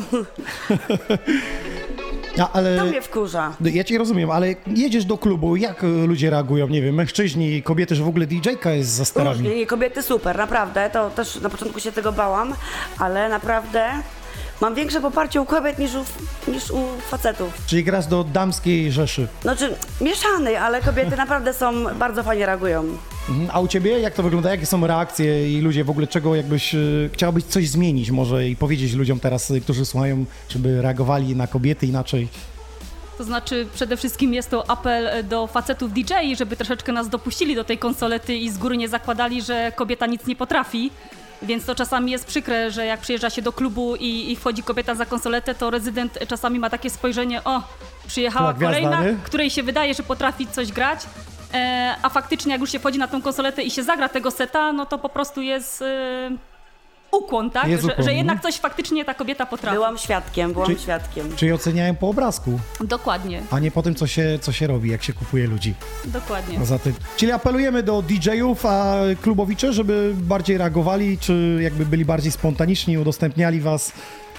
Ale To mnie wkurza. ja cię rozumiem, ale jedziesz do klubu, jak ludzie reagują? Nie wiem, mężczyźni, kobiety, że w ogóle DJ-ka jest za sterami. Różnie, nie, kobiety super, naprawdę. To też na początku się tego bałam, ale naprawdę mam większe poparcie u kobiet niż u facetów. Czyli grasz do damskiej rzeszy. Znaczy, mieszanej, ale kobiety naprawdę bardzo fajnie reagują. A u ciebie jak to wygląda? Jakie są reakcje i ludzie w ogóle czego jakbyś chciałabyś coś zmienić może i powiedzieć ludziom teraz, którzy słuchają, żeby reagowali na kobiety inaczej? To znaczy przede wszystkim jest to apel do facetów DJ, żeby troszeczkę nas dopuścili do tej konsolety i z góry nie zakładali, że kobieta nic nie potrafi. Więc to czasami jest przykre, że jak przyjeżdża się do klubu i wchodzi kobieta za konsoletę, to rezydent czasami ma takie spojrzenie, o, przyjechała gwiazda, kolejna, nie? której się wydaje, że potrafi coś grać, a faktycznie jak już się wchodzi na tą konsoletę i się zagra tego seta, no to po prostu jest ukłon, tak? Jest ukłon, że jednak coś faktycznie ta kobieta potrafi. Byłam świadkiem. Czyli oceniają po obrazku, Dokładnie, a nie po tym, co się robi, jak się kupuje ludzi. dokładnie. Poza tym. Czyli apelujemy do DJ-ów, a klubowicze, żeby bardziej reagowali, czy jakby byli bardziej spontaniczni, udostępniali was.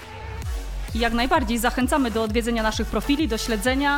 Jak najbardziej zachęcamy do odwiedzenia naszych profili, do śledzenia.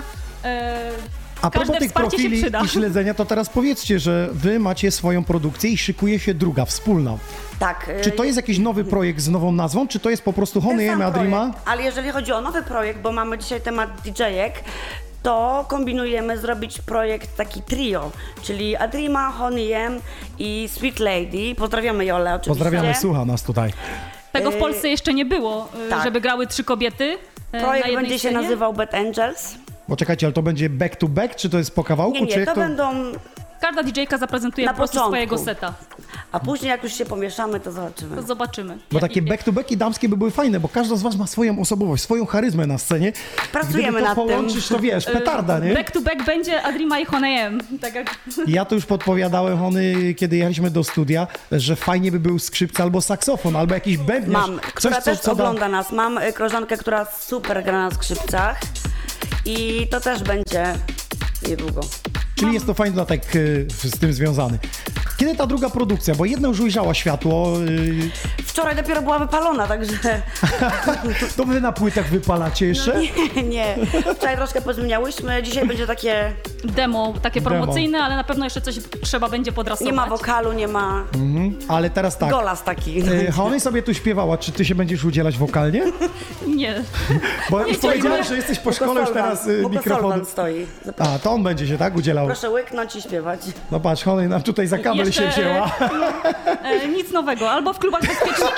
A propos Każde tych wsparcie się profili przyda. i śledzenia, to teraz powiedzcie, że wy macie swoją produkcję i szykuje się druga, wspólna. Tak. Czy to jest jakiś nowy projekt z nową nazwą, czy to jest po prostu ten Honey sam M, Adrima? projekt, ale jeżeli chodzi o nowy projekt, bo mamy dzisiaj temat DJ-ek, to kombinujemy zrobić projekt taki trio, czyli Adrima, Honey M i Sweet Lady. Pozdrawiamy Jolę oczywiście. Pozdrawiamy, słucha nas tutaj. Tego w Polsce jeszcze nie było, tak. żeby grały 3 kobiety. Na Projekt jednej będzie się scenie. nazywał Bad Angels. Bo czekajcie, ale to będzie back to back, czy to jest po kawałku? czy Nie, jak to będą... Każda DJ-ka zaprezentuje Na po prostu początku. swojego seta. A później jak już się pomieszamy, to zobaczymy. To zobaczymy. Bo takie back to back i damskie by były fajne, bo każda z was ma swoją osobowość, swoją charyzmę na scenie. Pracujemy Gdyby to nad tym. połączyć, to wiesz, petarda, nie? Back to back będzie Adrima i Honey M. Tak jak... Ja to już podpowiadałem, Hony, kiedy jechaliśmy do studia, że fajnie by był skrzypce albo saksofon, albo jakiś bębniarz. Mam, która też ogląda nas. Mam koleżankę, która super gra na skrzypcach i to też będzie niedługo. Czyli jest to fajny dodatek z tym związany. Kiedy ta druga produkcja? Bo jedna już ujrzała światło. Wczoraj dopiero była wypalona, także... To wy na płytach wypalacie jeszcze? Nie. Wczoraj troszkę pozmieniałyśmy, dzisiaj będzie takie... Demo, takie Demo. promocyjne, ale na pewno jeszcze coś trzeba będzie podrasować. Nie ma wokalu, nie ma... Ale teraz tak. Golas taki. Hony sobie tu śpiewała. Czy ty się będziesz udzielać wokalnie? Nie. Bo już powiedziałeś, że jesteś po szkole już teraz mikrofonu. Solwan stoi. A, to on będzie się tak udzielał. Proszę łyknąć i śpiewać. No patrz, Hony nam tutaj za kabel Jeszcze, się wzięła. Nic nowego. Albo w klubach bezpieczniki,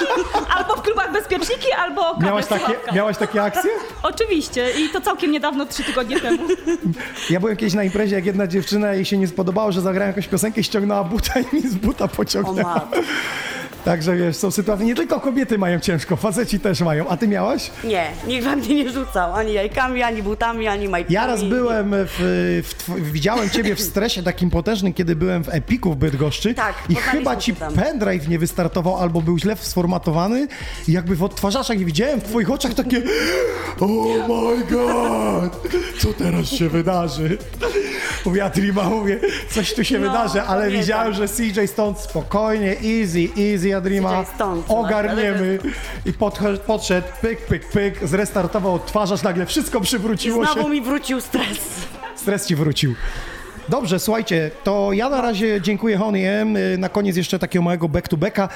albo kabel słuchawka. Miałaś takie akcje? Oczywiście. I to całkiem niedawno, 3 tygodnie temu. Ja byłem kiedyś na imprezie, jak jedna dziewczyna, jej się nie spodobało, że zagrałem jakąś piosenkę, ściągnęła buta i mi z buta O pociągnęła. matko. Także wiesz, są sytuacje, nie tylko kobiety mają ciężko, faceci też mają. A ty miałaś? Nie, nikt we mnie nie rzucał ani jajkami, ani butami, ani majtkami. Ja raz byłem, widziałem ciebie w stresie takim potężnym, kiedy byłem w Epiku w Bydgoszczy Tak, i poznaliśmy chyba ci się tam. pendrive nie wystartował albo był źle sformatowany i jakby w odtwarzaczach widziałem w twoich oczach takie oh my god, co teraz się wydarzy? Mówię, Adrima, coś tu się wydarzy, ale pamiętam. widziałem, że CJ stąd spokojnie, easy Adrima, CJ stąd, ogarniemy i podszedł, pyk, zrestartował odtwarzacz, nagle wszystko przywróciło się. Znowu mi wrócił stres. Stres ci wrócił. Dobrze, słuchajcie, to ja na razie dziękuję Honey M. Na koniec jeszcze takiego małego back-to-backa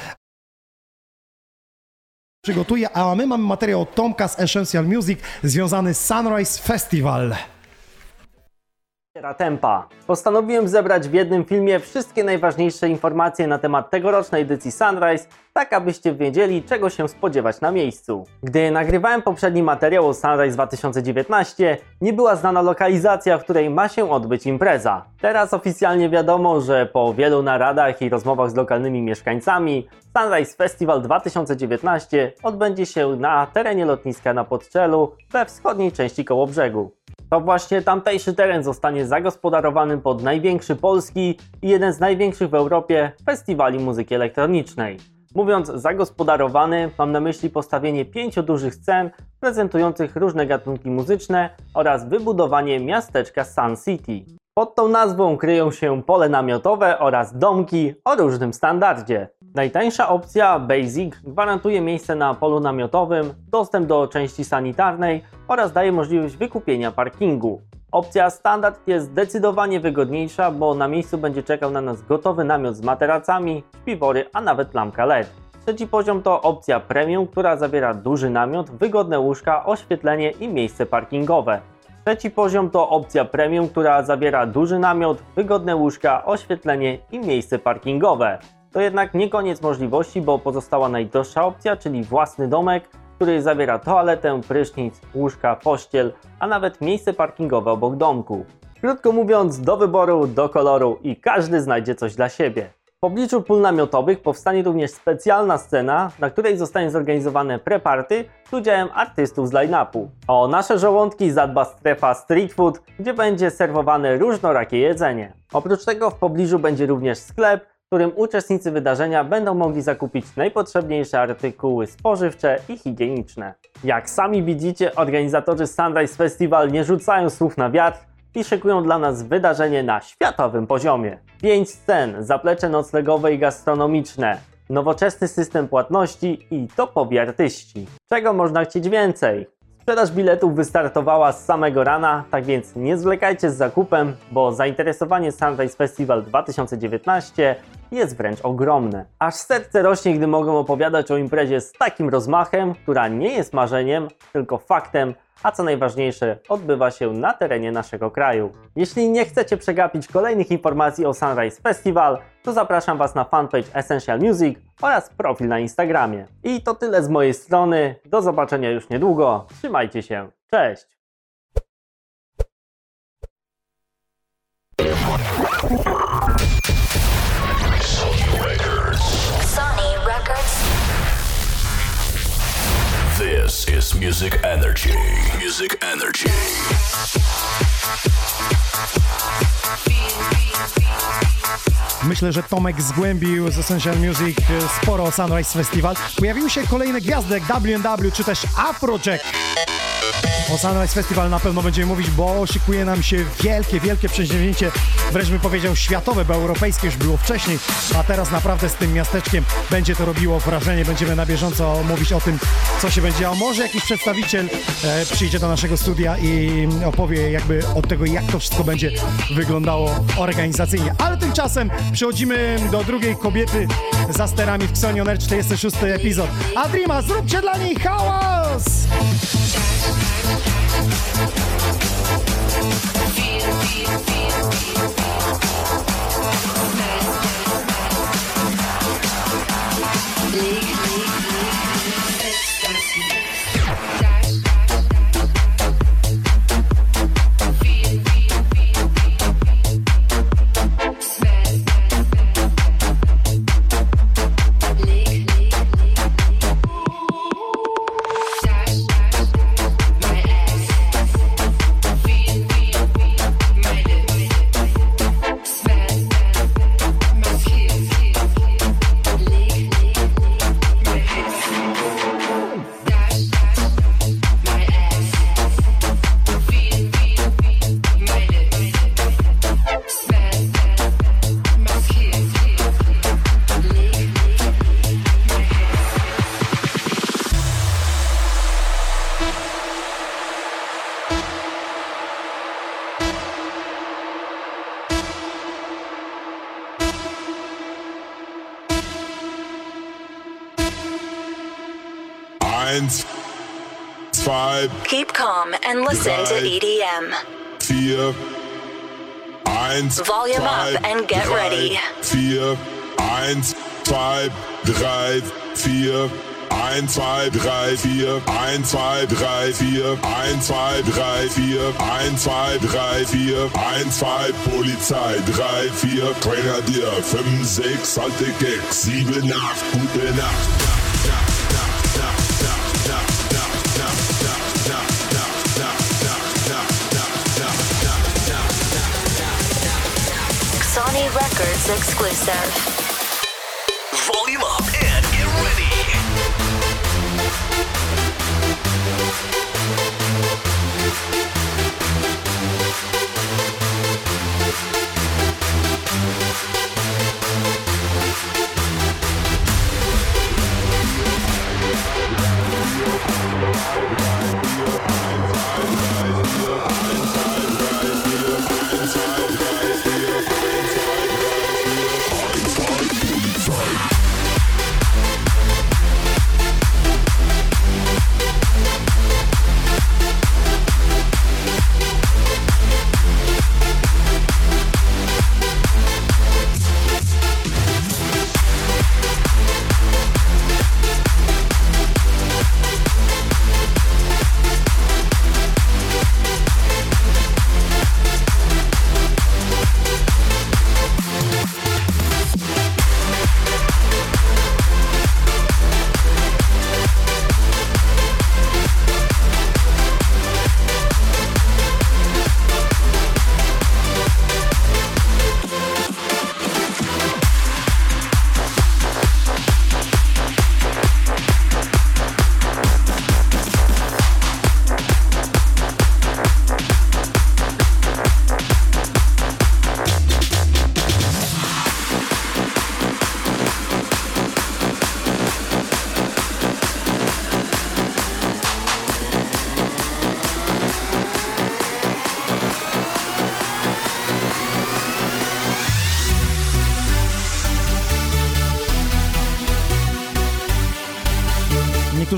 przygotuję, a my mamy materiał od Tomka z Essential Music związany z Sunrise Festival. Tempa. Postanowiłem zebrać w jednym filmie wszystkie najważniejsze informacje na temat tegorocznej edycji Sunrise, tak abyście wiedzieli, czego się spodziewać na miejscu. Gdy nagrywałem poprzedni materiał o Sunrise 2019, nie była znana lokalizacja, w której ma się odbyć impreza. Teraz oficjalnie wiadomo, że po wielu naradach i rozmowach z lokalnymi mieszkańcami, Sunrise Festival 2019 odbędzie się na terenie lotniska na Podczelu we wschodniej części Kołobrzegu. To właśnie tamtejszy teren zostanie zagospodarowany pod największy polski i jeden z największych w Europie festiwali muzyki elektronicznej. Mówiąc zagospodarowany, mam na myśli postawienie 5 dużych scen prezentujących różne gatunki muzyczne oraz wybudowanie miasteczka Sun City. Pod tą nazwą kryją się pole namiotowe oraz domki o różnym standardzie. Najtańsza opcja Basic gwarantuje miejsce na polu namiotowym, dostęp do części sanitarnej oraz daje możliwość wykupienia parkingu. Opcja Standard jest zdecydowanie wygodniejsza, bo na miejscu będzie czekał na nas gotowy namiot z materacami, śpiwory, a nawet lampka LED. Trzeci poziom to opcja Premium, która zawiera duży namiot, wygodne łóżka, oświetlenie i miejsce parkingowe. Trzeci poziom to opcja Premium, która zawiera duży namiot, wygodne łóżka, oświetlenie i miejsce parkingowe. To jednak nie koniec możliwości, bo pozostała najdroższa opcja, czyli własny domek, który zawiera toaletę, prysznic, łóżka, pościel, a nawet miejsce parkingowe obok domku. Krótko mówiąc, do wyboru, do koloru i każdy znajdzie coś dla siebie. W pobliżu pól namiotowych powstanie również specjalna scena, na której zostanie zorganizowane pre-party z udziałem artystów z line-upu. O nasze żołądki zadba strefa street food, gdzie będzie serwowane różnorakie jedzenie. Oprócz tego w pobliżu będzie również sklep, w którym uczestnicy wydarzenia będą mogli zakupić najpotrzebniejsze artykuły spożywcze i higieniczne. Jak sami widzicie, organizatorzy Sunrise Festival nie rzucają słów na wiatr i szykują dla nas wydarzenie na światowym poziomie. 5 scen, zaplecze noclegowe i gastronomiczne, nowoczesny system płatności i topowi artyści. Czego można chcieć więcej? Sprzedaż biletów wystartowała z samego rana, tak więc nie zwlekajcie z zakupem, bo zainteresowanie Sunrise Festival 2019 jest wręcz ogromne. Aż serce rośnie, gdy mogę opowiadać o imprezie z takim rozmachem, która nie jest marzeniem, tylko faktem, a co najważniejsze, odbywa się na terenie naszego kraju. Jeśli nie chcecie przegapić kolejnych informacji o Sunrise Festival, to zapraszam Was na fanpage Essential Music oraz profil na Instagramie. I to tyle z mojej strony, do zobaczenia już niedługo, trzymajcie się, cześć! Sony Records. This is Music Energy. Music Energy. Myślę, że Tomek zgłębił z Essential Music sporo o Sunrise Festival. Pojawiły się kolejne gwiazdy jak W&W czy też Afrojack. O Sunrise Festival na pewno będziemy mówić, bo szykuje nam się wielkie przedsięwzięcie, wręcz bym powiedział światowe, bo europejskie już było wcześniej, a teraz naprawdę z tym miasteczkiem będzie to robiło wrażenie, będziemy na bieżąco mówić o tym, co się będzie działo. Może jakiś przedstawiciel przyjdzie do naszego studia i opowie jakby od tego, jak to wszystko będzie wyglądało organizacyjnie. Ale tymczasem przechodzimy do drugiej kobiety za sterami w Xoni On Air, 46. epizod. Adrima, zróbcie dla niej hałas! Eins, zwei, Keep calm and listen to EDM. 4, 1, Volume up and get ready. 4, 1, 2, 3, 4, 1, 2, 3, 4, 1, 2, 3, 4, 1, 2, 3, 4, 1, 2, 3, 4, 1, 2, Polizei, 3, 4, Grenadier, 5, 6, alte Gags, 7, 8, gute Nacht. Sony Records exclusive. Volume up and get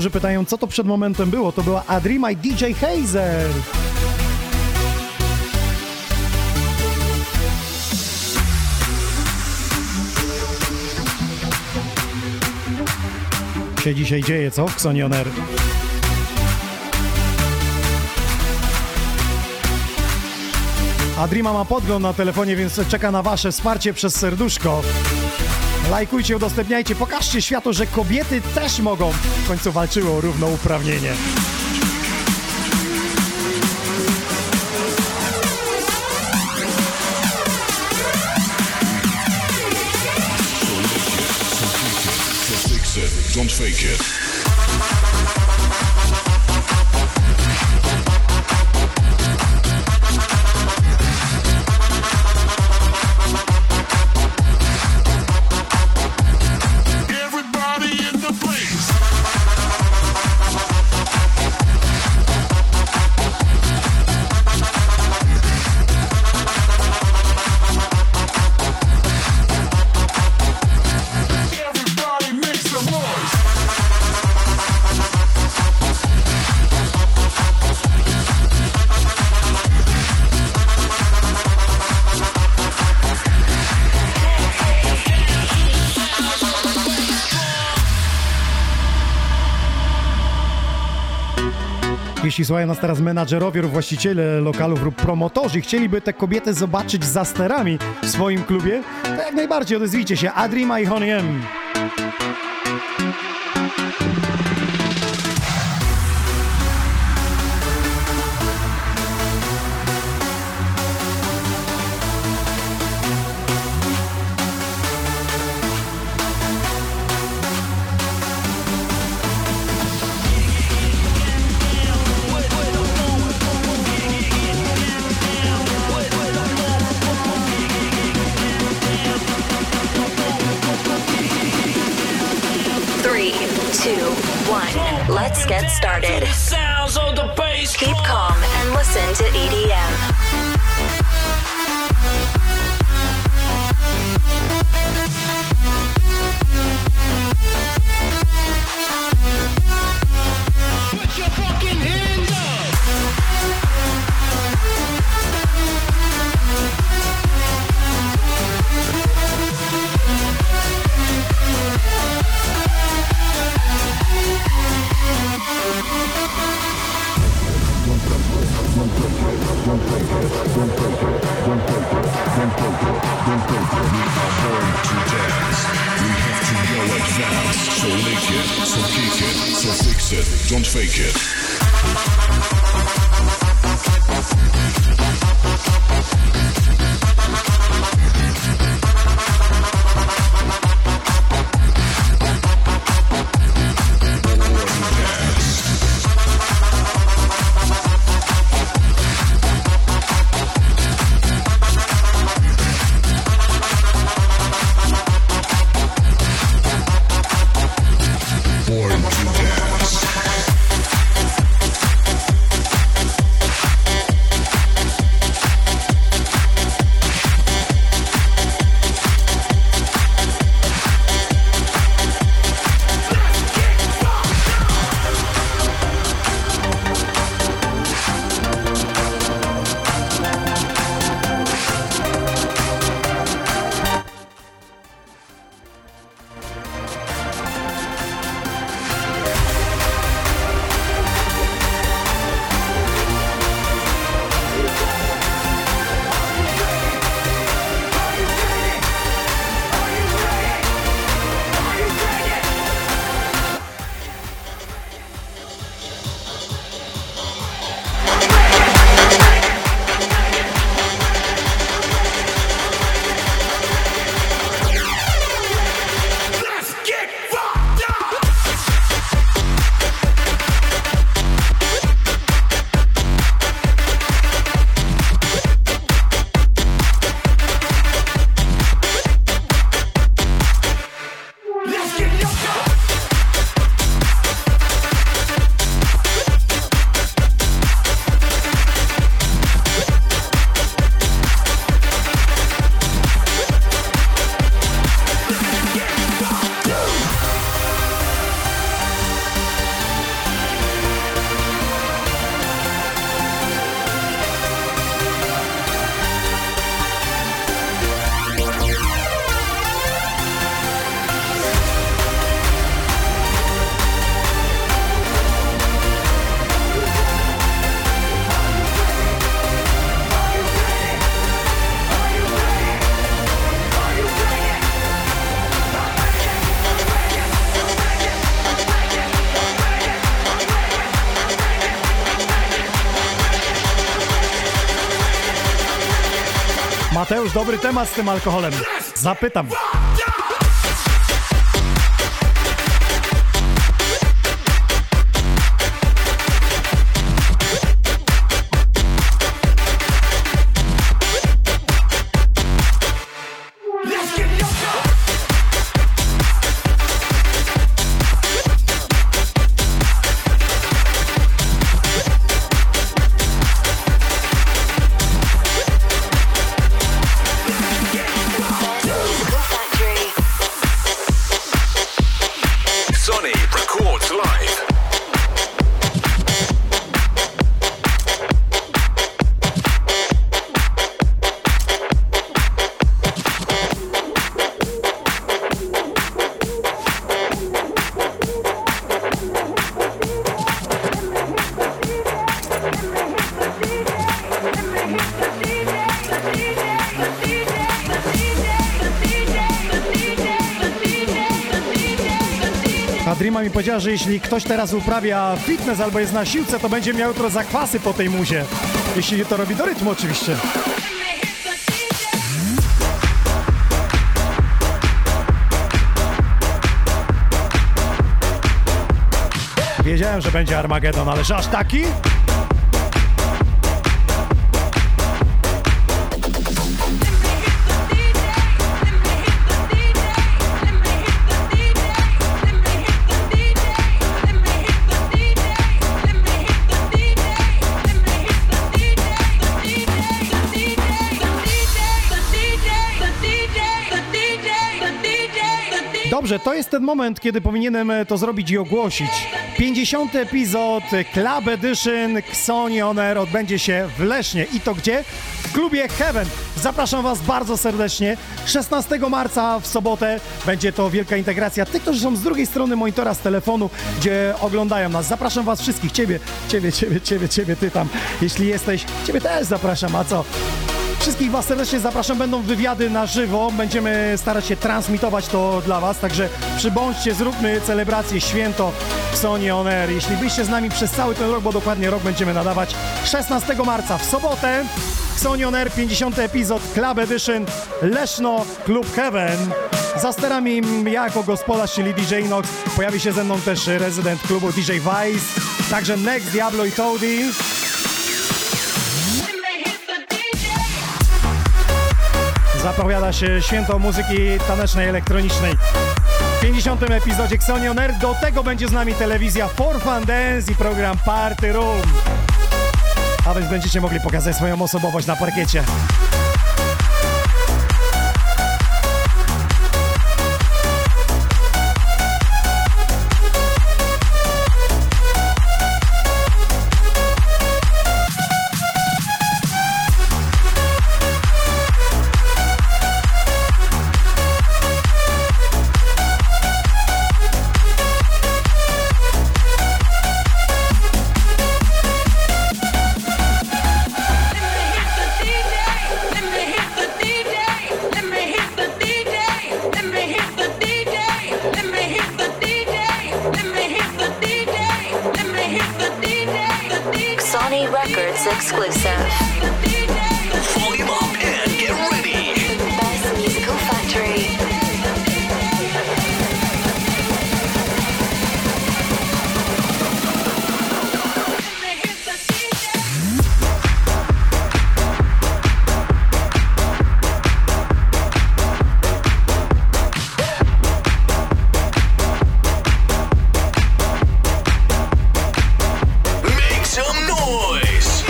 Niektórzy pytają, co to przed momentem było. To była Adrima i DJ Hazer. Się dzisiaj dzieje, co? W Xoni On Air. Adrima ma podgląd na telefonie, więc czeka na wasze wsparcie przez serduszko. Lajkujcie, udostępniajcie, pokażcie światu, że kobiety też mogą. W końcu walczyły o równouprawnienie. Don't fake it. Jeśli słuchają nas teraz menadżerowie lub właściciele lokalów lub promotorzy, chcieliby te kobiety zobaczyć za sterami w swoim klubie, to jak najbardziej odezwijcie się. Adrima i Honey M. Let's get started. Keep calm and listen to EDM. Don't fake it. Born to dance. Mateusz, dobry temat z tym alkoholem. Zapytam. Sony records live. Dreama mi powiedziała, że jeśli ktoś teraz uprawia fitness albo jest na siłce, to będzie miał jutro zakwasy po tej muzie. Jeśli to robi do rytmu oczywiście. Wiedziałem, że będzie Armagedon, ale że aż taki? Dobrze, to jest ten moment, kiedy powinienem to zrobić i ogłosić. 50. epizod Club Edition Xoni On Air odbędzie się w Lesznie. I to gdzie? W klubie Heaven. Zapraszam Was bardzo serdecznie. 16 marca w sobotę będzie to wielka integracja tych, którzy są z drugiej strony monitora, z telefonu, gdzie oglądają nas. Zapraszam Was wszystkich. Ciebie, ty tam. Jeśli jesteś, Ciebie też zapraszam. A co? Wszystkich Was serdecznie zapraszam, będą wywiady na żywo, będziemy starać się transmitować to dla Was, także przybądźcie, zróbmy celebrację, święto w Sony On Air. Jeśli byście z nami przez cały ten rok, bo dokładnie rok będziemy nadawać, 16 marca w sobotę, Sony On Air, 50. epizod Club Edition, Leszno, Klub Heaven. Za sterami ja jako gospodarz, czyli DJ Inox, pojawi się ze mną też rezydent klubu DJ Vice, także Next, Diablo i Toady. Zapowiada się święto muzyki tanecznej, elektronicznej. W 50. epizodzie Xoni On Air. Do tego będzie z nami telewizja For Fun Dance i program Party Room. A więc będziecie mogli pokazać swoją osobowość na parkiecie. Sony Records exclusive. Volume up and get ready. The best musical factory. Make some noise.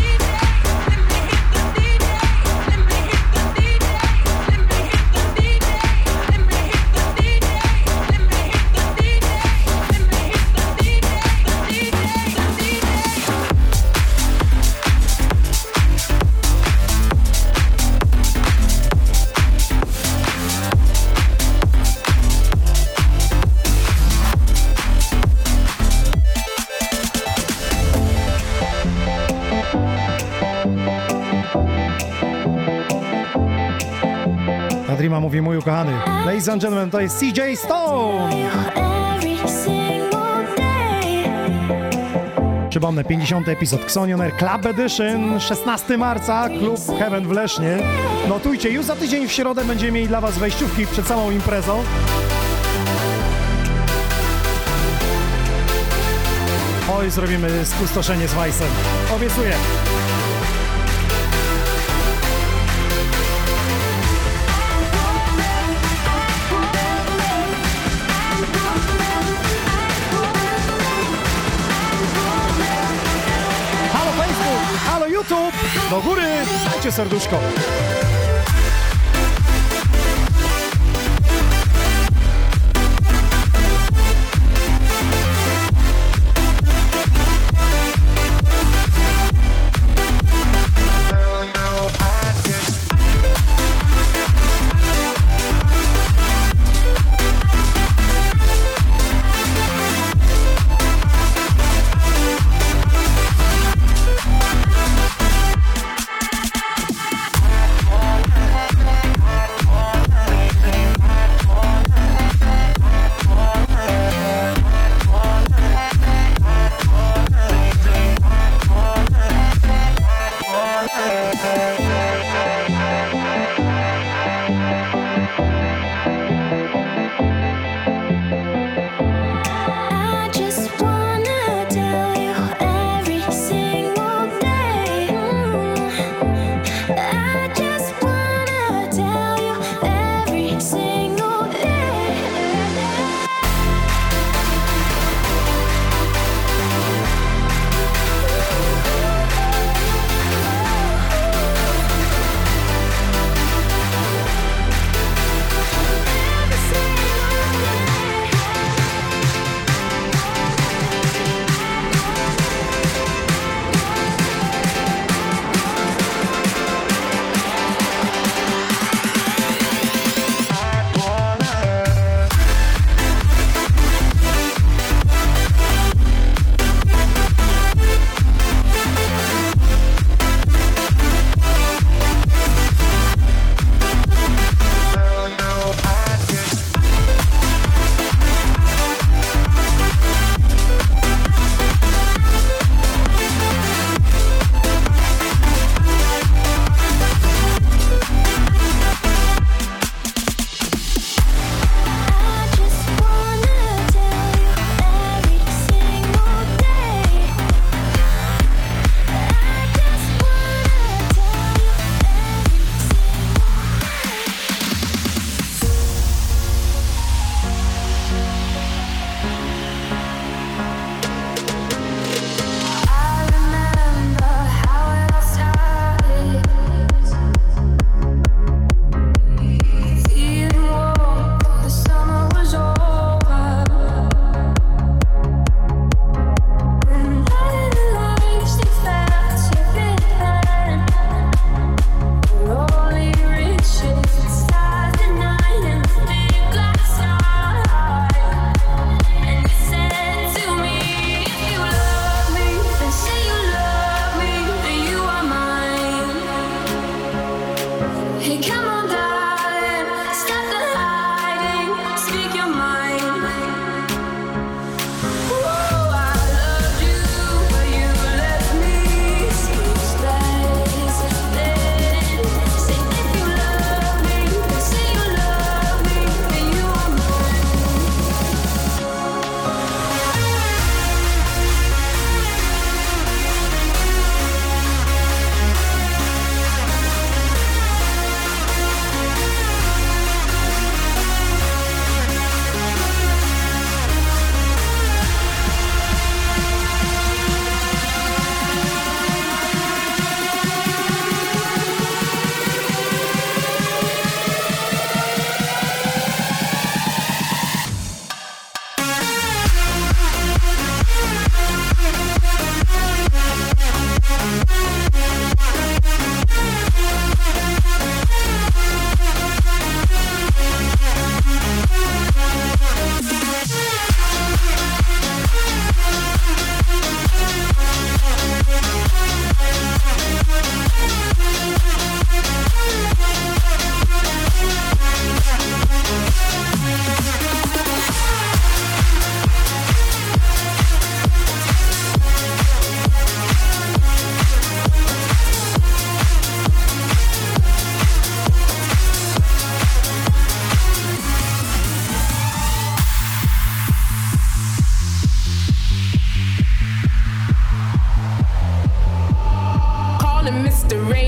Dreama mówi mój ukochany. Ladies and gentlemen, to jest CJ Stone. Przypomnę, 50. epizod Xoni Air Club Edition, 16 marca, klub Heaven w Lesznie. Notujcie, już za tydzień w środę będziemy mieli dla was wejściówki przed samą imprezą. Oj, zrobimy spustoszenie z Weissem. Obiecuję. Halo Facebook, halo YouTube, do góry, dajcie serduszko.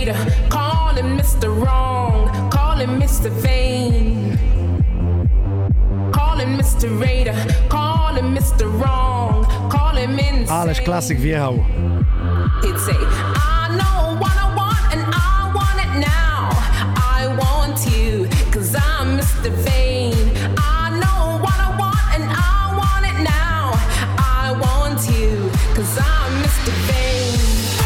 Raider, call him Mr. Wrong, call him Mr. Vain. Call him Mr. Raider, call him Mr. Wrong, call him insane. Ależ klasyk wjechał. He'd say, I know what I want and I want it now. I want you, cause I'm Mr. Vain. I know what I want and I want it now. I want you, cause I'm Mr. Vain.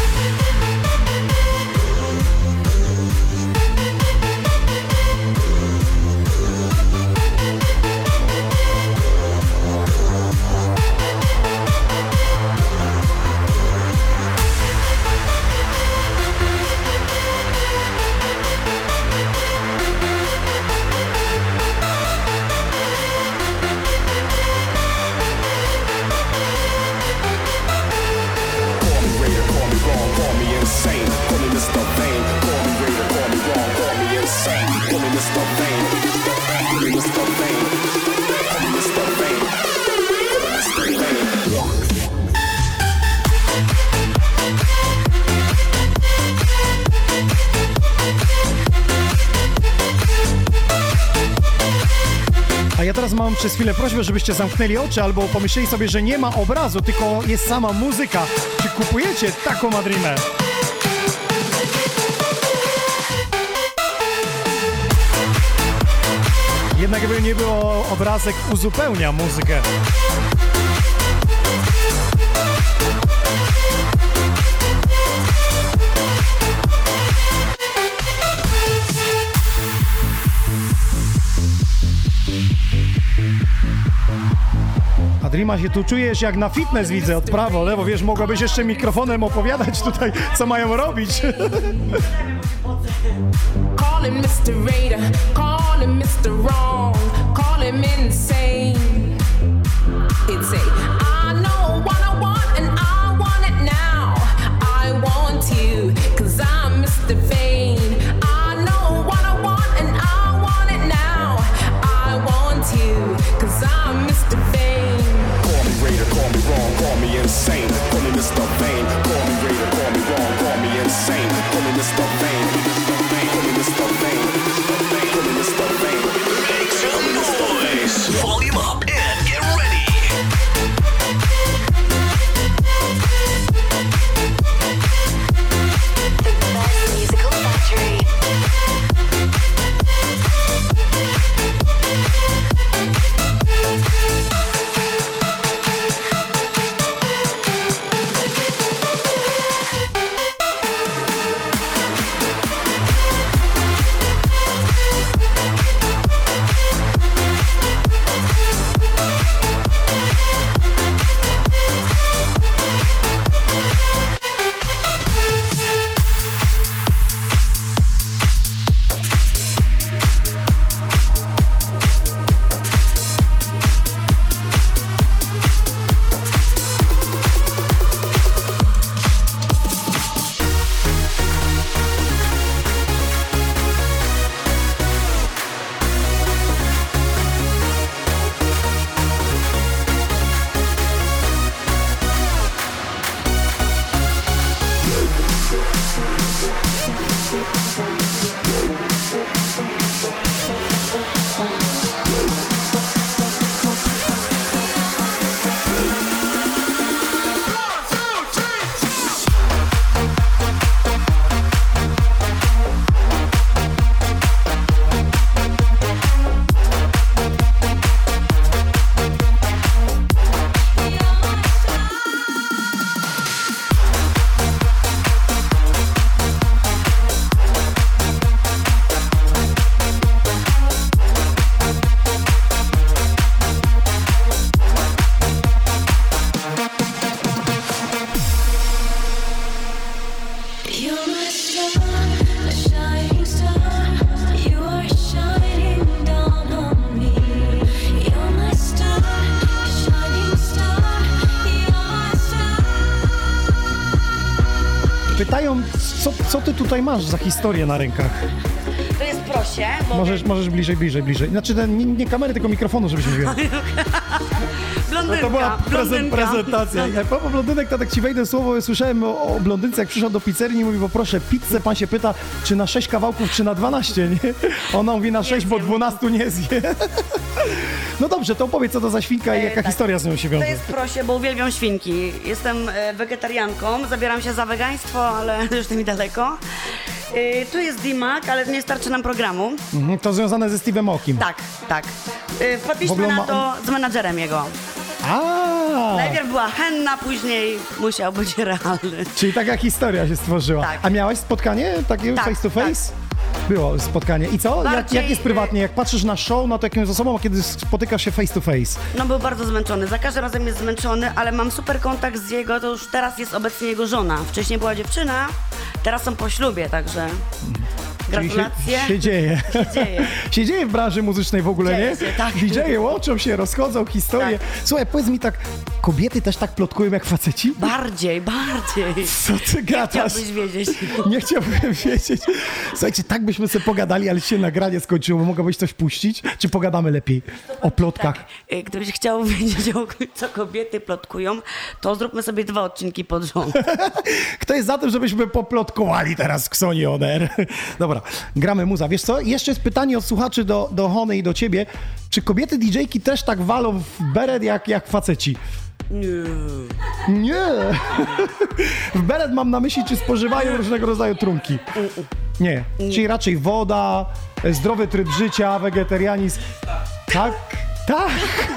Insane, call me Mr. Vain. Call me Raider, call me wrong, call me insane. Call me Mr. Vain. Call me Mr. Vain. Call me Mr. Vain. Call me Mr. Vain. A ja teraz mam przez chwilę prośbę, żebyście zamknęli oczy albo pomyśleli sobie, że nie ma obrazu, tylko jest sama muzyka. Czy kupujecie taką Madrimę? Jednak jakby nie było, obrazek uzupełnia muzykę. Adrima, się tu czujesz jak na fitness, widzę, od prawo, lewo, wiesz, mogłabyś jeszcze mikrofonem opowiadać tutaj, co mają robić. Call him Mr. Raider, call him Mr. Wrong, call him insane. He'd say, I know what I want and I want it now. I want you, cause I'm Mr. Vain. I know what I want and I want it now. I want you, cause I'm Mr. Vain. Call me Raider, call me wrong, call me insane. Call me Mr. Vain. Call me Raider, call me wrong, call me insane. Call me Mr. Vain. Call me Mr. Vain. Call me Mr. Vain. Make some noise. Volume up and get ready. The best musical factory. Pytają, co ty tutaj masz za historię na rękach? To jest prosie. Bo Możesz bliżej. Znaczy nie kamery, tylko mikrofonu, żebyś mówiła. Blondynka, to była blondynka. prezentacja. Ja po blondynek, to tak ci wejdę słowo, słyszałem o blondynce, jak przyszła do pizzerii i mówi, poproszę pizzę, pan się pyta, czy na 6 kawałków, czy na 12, nie? Ona mówi na 6, bo 12 nie zje. No dobrze, to opowiedz, co to za świnka i jaka historia z nią się To wiąże. jest prosie, bo uwielbiam świnki. Jestem wegetarianką, zabieram się za wegaństwo, ale już to mi daleko. Tu jest D-Mac, ale nie starczy nam programu. Mhm, to związane ze Steve'em Okiem. Tak, tak. W Wpadliśmy ogóle na to z menadżerem jego. Najpierw była henna, później musiał być realny. Czyli taka historia się stworzyła. Tak. A miałaś spotkanie takie Tak, face to face? Było spotkanie. I co? Bardziej, Jak jest prywatnie? Jak patrzysz na show, no to jakimś osobą, a kiedy spotykasz się face to face? No był bardzo zmęczony, za każdym razem jest zmęczony, ale mam super kontakt z jego, to już teraz jest obecnie jego żona. Wcześniej była dziewczyna, teraz są po ślubie, także gratulacje. Się dzieje. dzieje. Się dzieje w branży muzycznej w ogóle, Dzieje nie? się, tak. DJ-e łączą się, rozchodzą historie. Tak. Słuchaj, powiedz mi tak, kobiety też tak plotkują jak faceci? Bardziej. Co ty gadasz? Chciałbyś wiedzieć. Nie chciałbym wiedzieć. Słuchajcie, tak byśmy sobie pogadali, ale się nagranie skończyło. Mogłabyś coś puścić? Czy pogadamy lepiej o plotkach? Tak, gdybyś chciał wiedzieć, co kobiety plotkują, to zróbmy sobie 2 odcinki pod rząd. Kto jest za tym, żebyśmy poplotkowali teraz w Xoni On Air? Dobra, gramy muza. Wiesz co? Jeszcze jest pytanie od słuchaczy do Hony i do ciebie. Czy kobiety DJ-ki też tak walą w beret jak faceci? Nie. W beret mam na myśli, czy spożywają różnego rodzaju trunki. Nie. Czyli raczej woda, zdrowy tryb życia, wegetarianizm. Tak? Tak.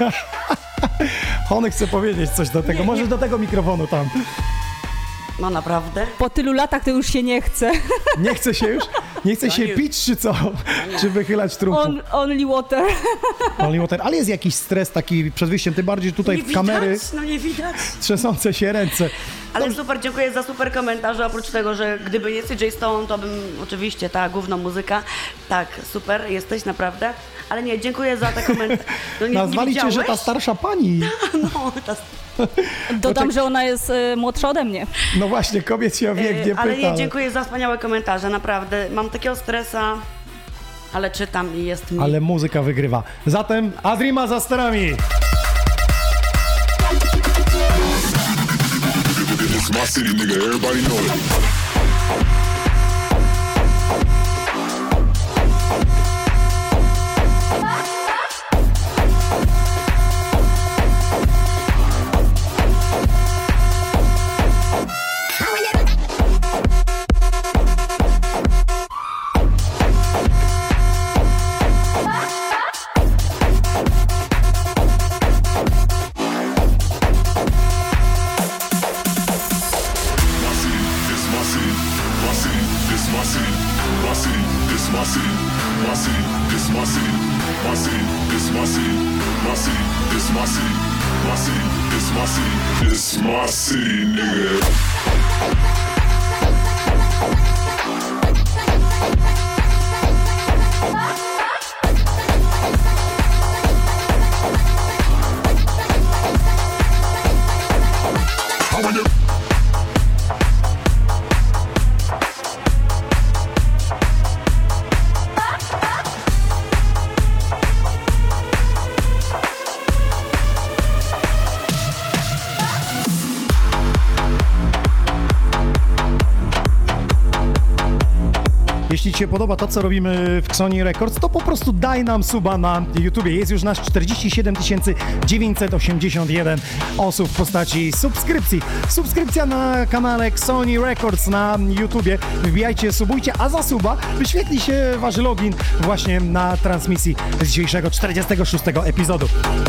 Hony chce powiedzieć coś do tego. Możesz do tego mikrofonu tam. No naprawdę? Po tylu latach to już się nie chce. Nie chce się już? Nie chce się pić, czy co? Czy wychylać trunku? Only water. Only water. Ale jest jakiś stres taki przed wyjściem, tym bardziej tutaj Nie w kamery, widać, no nie widać. trzęsące się ręce. Ale super, dziękuję za super komentarze. Oprócz tego, że gdyby nie CJ Stone, to bym oczywiście ta główna muzyka. Tak, super, jesteś naprawdę. Ale nie, dziękuję za te komentarze. No, Nazwali cię, że ta starsza pani. No, Dodam, że ona jest młodsza ode mnie. No właśnie, kobiet się o wiek nie pyta. Ale nie, dziękuję za wspaniałe komentarze, naprawdę. Mam takiego stresa, ale czytam i jest mi. Ale muzyka wygrywa. Zatem Adrima za sterami. It's my city, nigga. Everybody know it. It's my city, nigga. Jeśli Ci się podoba to, co robimy w Xoni Records, to po prostu daj nam suba na YouTubie. Jest już nas 47 981 osób w postaci subskrypcji. Subskrypcja na kanale Xoni Records na YouTubie. Wbijajcie, subujcie, a za suba wyświetli się Wasz login właśnie na transmisji z dzisiejszego 46 epizodu.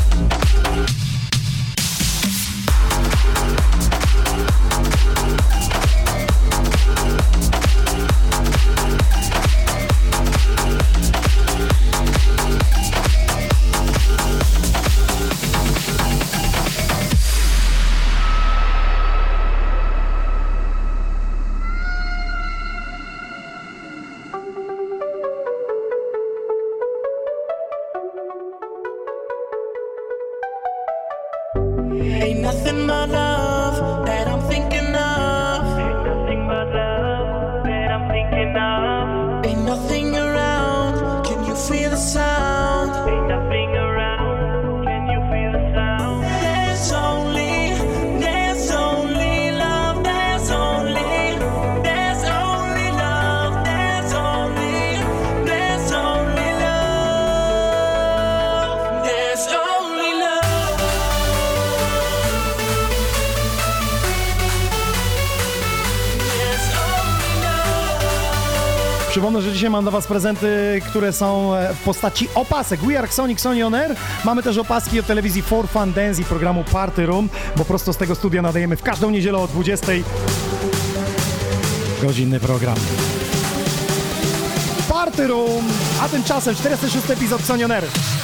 Ain't nothing but love that I'm thinking of. Ain't nothing but love that I'm thinking of. Ain't nothing around, can you feel the sound? Ain't nothing around, can you feel the sound? Przypomnę, że dzisiaj mam dla Was prezenty, które są w postaci opasek. We are Xoni, Xoni On Air. Mamy też opaski od telewizji For Fun Dance i programu Party Room, bo prosto z tego studia nadajemy w każdą niedzielę o 20. Godzinny program Party Room, a tymczasem 46. epizod Xoni On Air.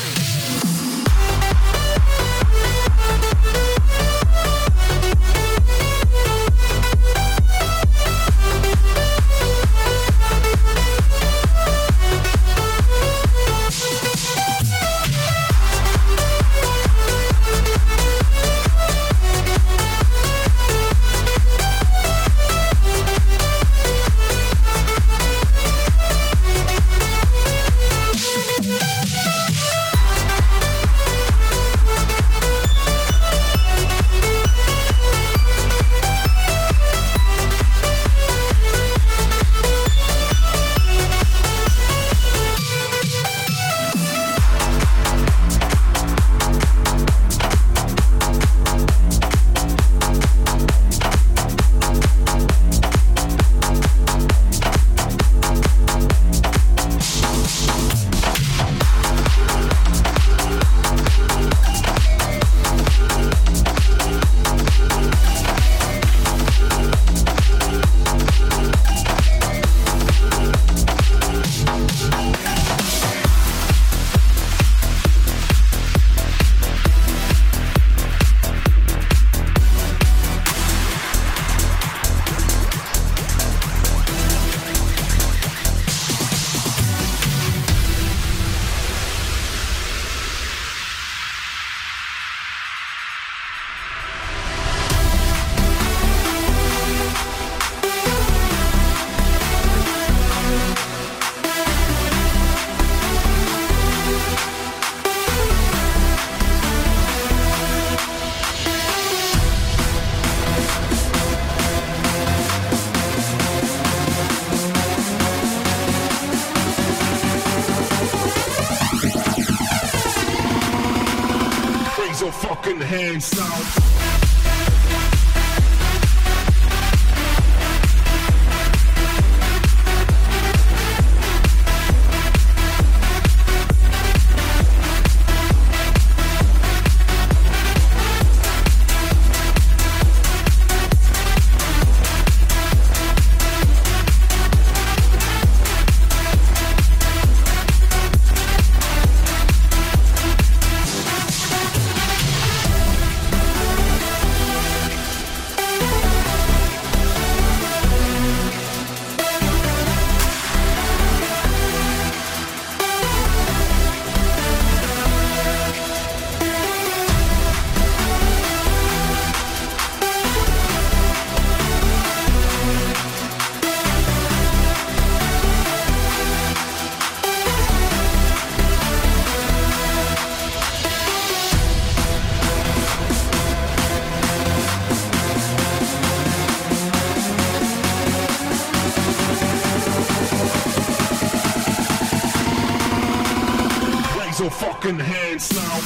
fucking hands now. Raise your fucking hands now.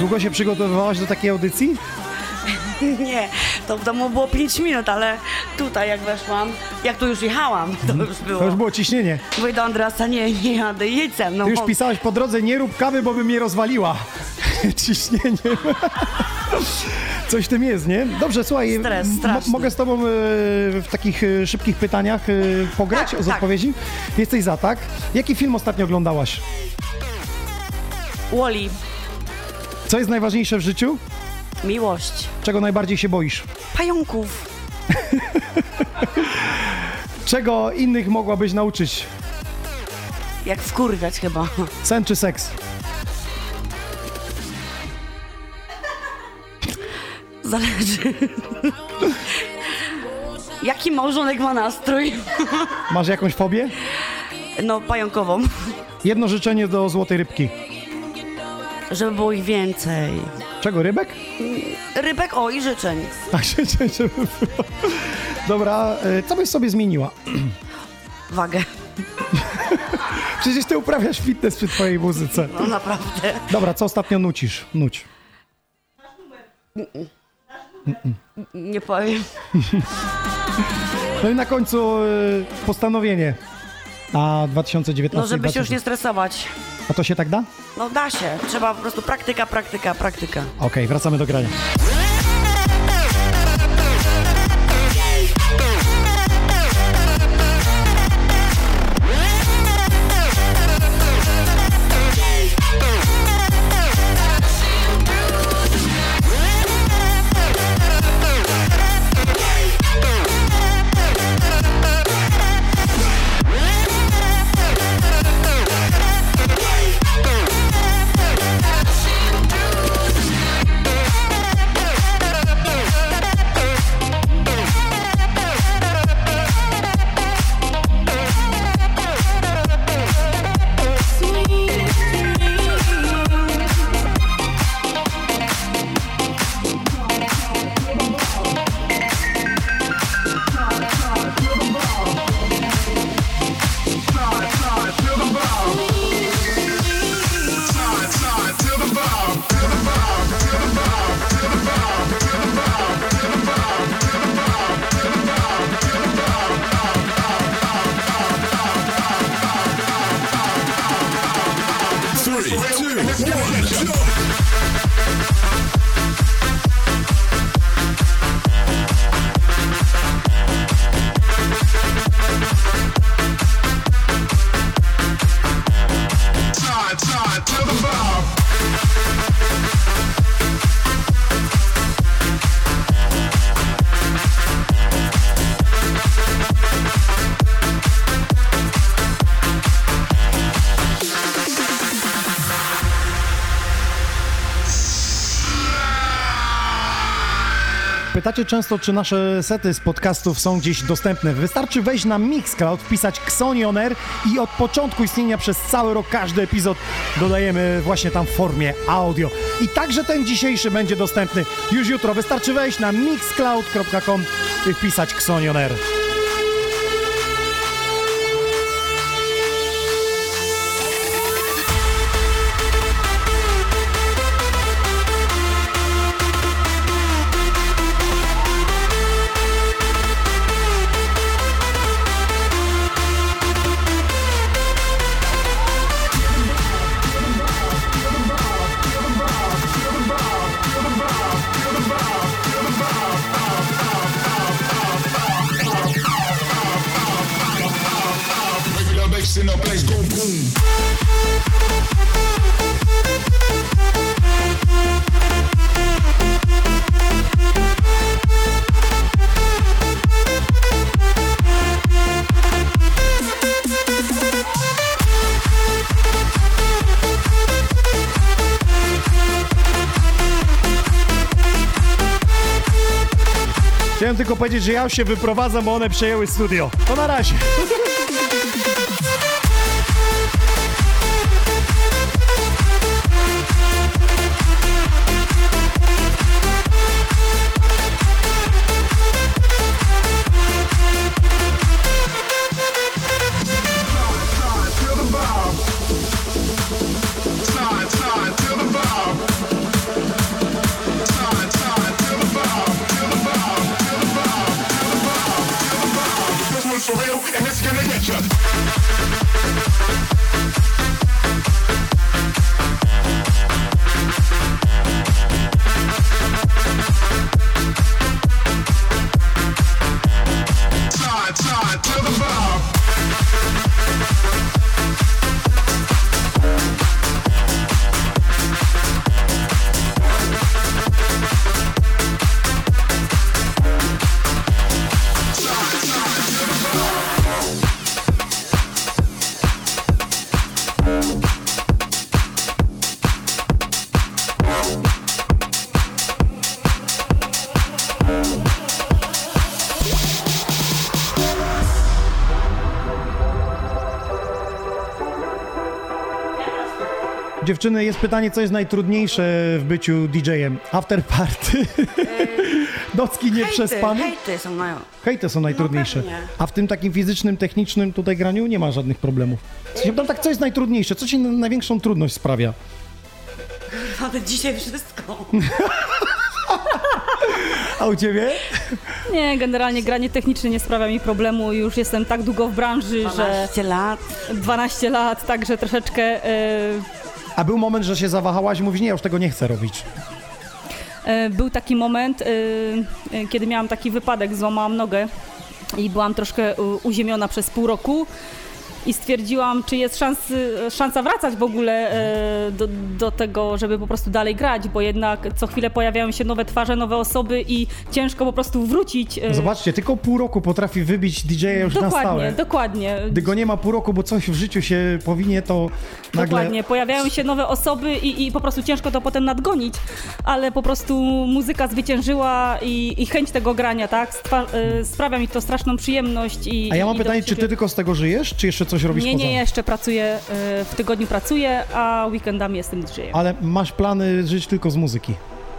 Długo się przygotowywałaś do takiej audycji? Nie, to w domu było 5 minut, ale tutaj jak weszłam, jak tu już jechałam, to już było. To już było ciśnienie. Mówię do Andrasa, nie jadę, jedź ze mną. Ty już pisałaś po drodze, nie rób kawy, bo by mnie rozwaliła. Ciśnieniem. Coś w tym jest, nie? Dobrze, słuchaj, Stres straszny. mogę z tobą w takich szybkich pytaniach pograć Tak, z tak. odpowiedzi? Jesteś za, tak? Jaki film ostatnio oglądałaś? Wall-E, Co jest najważniejsze w życiu? miłość, Czego najbardziej się boisz? pająków, Czego innych mogłabyś nauczyć? jak wkurwiać chyba. Sen czy seks? Zależy. Jaki małżonek ma nastrój? Masz jakąś fobię? No, pająkową. Jedno życzenie do złotej rybki. Żeby było ich więcej. Czego, rybek? Rybek, o i życzeń. Tak, życzeń, żeby było. Dobra, co byś sobie zmieniła? Wagę. Przecież ty uprawiasz fitness przy twojej muzyce. No naprawdę. Dobra, co ostatnio nucisz? Nuć. Nie powiem. No i na końcu postanowienie na 2019. No, żeby się już nie stresować. A to się tak da? No da się. Trzeba po prostu praktyka. Okej, wracamy do grania. Pytacie często, czy nasze sety z podcastów są gdzieś dostępne. Wystarczy wejść na Mixcloud, wpisać Xoni On Air i od początku istnienia przez cały rok każdy epizod dodajemy właśnie tam w formie audio. I także ten dzisiejszy będzie dostępny już jutro. Wystarczy wejść na mixcloud.com i wpisać Xoni On Air. In the place, go boom. Chciałem tylko powiedzieć, że ja już się wyprowadzam, bo one przejęły studio. To na razie. Dziewczyny, jest pytanie, co jest najtrudniejsze w byciu DJ-em? After party? Nocki nieprzespane? Hejty są najtrudniejsze. pewnie. A w tym takim fizycznym, technicznym tutaj graniu nie ma żadnych problemów. Tak, co jest najtrudniejsze? Co ci największą trudność sprawia? Ale dzisiaj wszystko. A u ciebie? Nie, generalnie granie techniczne nie sprawia mi problemu. Już jestem tak długo w branży, 12 lat. 12 lat, także troszeczkę... A był moment, że się zawahałaś i mówisz, nie, ja już tego nie chcę robić. Był taki moment, kiedy miałam taki wypadek, złamałam nogę i byłam troszkę uziemiona przez pół roku i stwierdziłam, czy jest szansa wracać w ogóle do tego, żeby po prostu dalej grać, bo jednak co chwilę pojawiają się nowe twarze, nowe osoby i ciężko po prostu wrócić. Zobaczcie, tylko pół roku potrafi wybić DJ-a już na stałe. Dokładnie. Gdy go nie ma pół roku, bo coś w życiu się powinie, to nagle... Dokładnie, pojawiają się nowe osoby i po prostu ciężko to potem nadgonić, ale po prostu muzyka zwyciężyła i chęć tego grania, tak? Sprawia mi to straszną przyjemność. A ja mam pytanie, czy ty tylko z tego żyjesz, czy jeszcze coś robisz poza? Nie, jeszcze pracuję, w tygodniu pracuję, a weekendami jestem DJ-em. Ale masz plany żyć tylko z muzyki?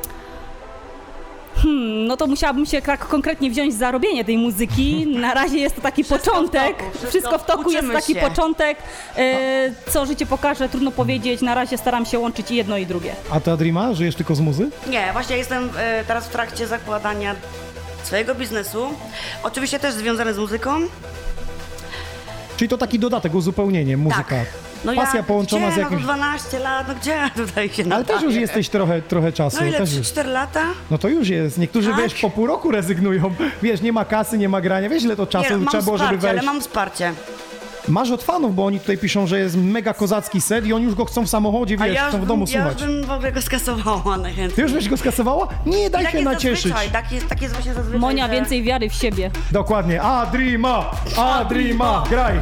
No to musiałabym się tak konkretnie wziąć za robienie tej muzyki. Na razie jest to taki początek. Wszystko w toku jest taki początek. Co życie pokaże, trudno powiedzieć. Na razie staram się łączyć i jedno i drugie. A ty, Adrima, żyjesz tylko z muzy? Nie, właśnie jestem teraz w trakcie zakładania swojego biznesu. Oczywiście też związany z muzyką. Czyli to taki dodatek, uzupełnienie, muzyka. Tak. No Pasja połączona z gdzie? jakimś... No 12 lat, no gdzie tutaj się Ale też już jesteś trochę czasu. No ile, też już. 3-4 lata? No to już jest. Niektórzy, Tak? wiesz, po pół roku rezygnują. Wiesz, nie ma kasy, nie ma grania. Wiesz, ile to czasu Nie, trzeba było, żeby wejść. ale mam wsparcie. Masz od fanów, bo oni tutaj piszą, że jest mega kozacki set i oni już go chcą w samochodzie, wiesz, ja chcą w domu ja słuchać. już bym w ogóle go skasowała najchętniej. Ty już byś go skasowała? Nie, daj Tak się jest nacieszyć. zazwyczaj, tak jest właśnie zazwyczaj, Monia, że... więcej wiary w siebie. Dokładnie. Adrima, graj!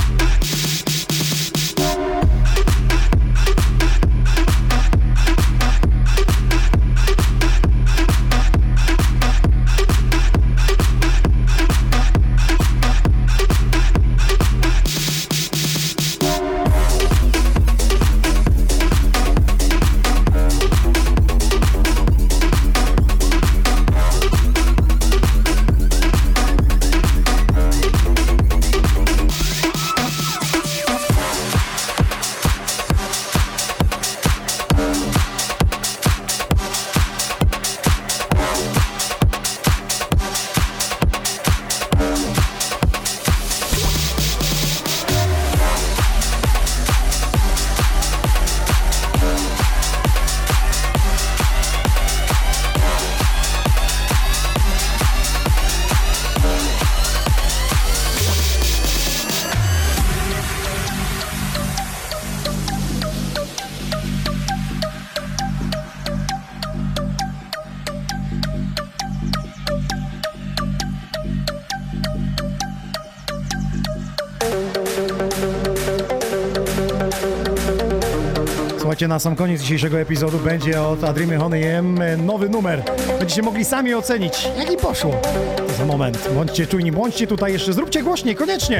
Słuchajcie, na sam koniec dzisiejszego epizodu będzie od Adrimy Honeyem nowy numer. Będziecie mogli sami ocenić, jak im poszło. To za moment. Bądźcie czujni, bądźcie tutaj jeszcze. Zróbcie głośniej, koniecznie.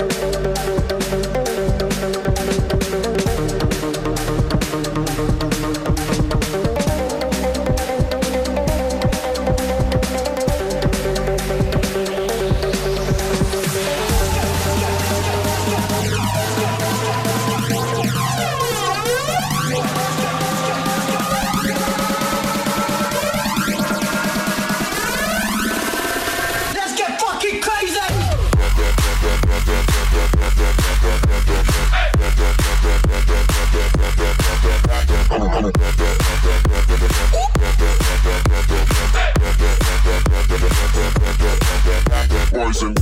Let's get fucking crazy! Poison.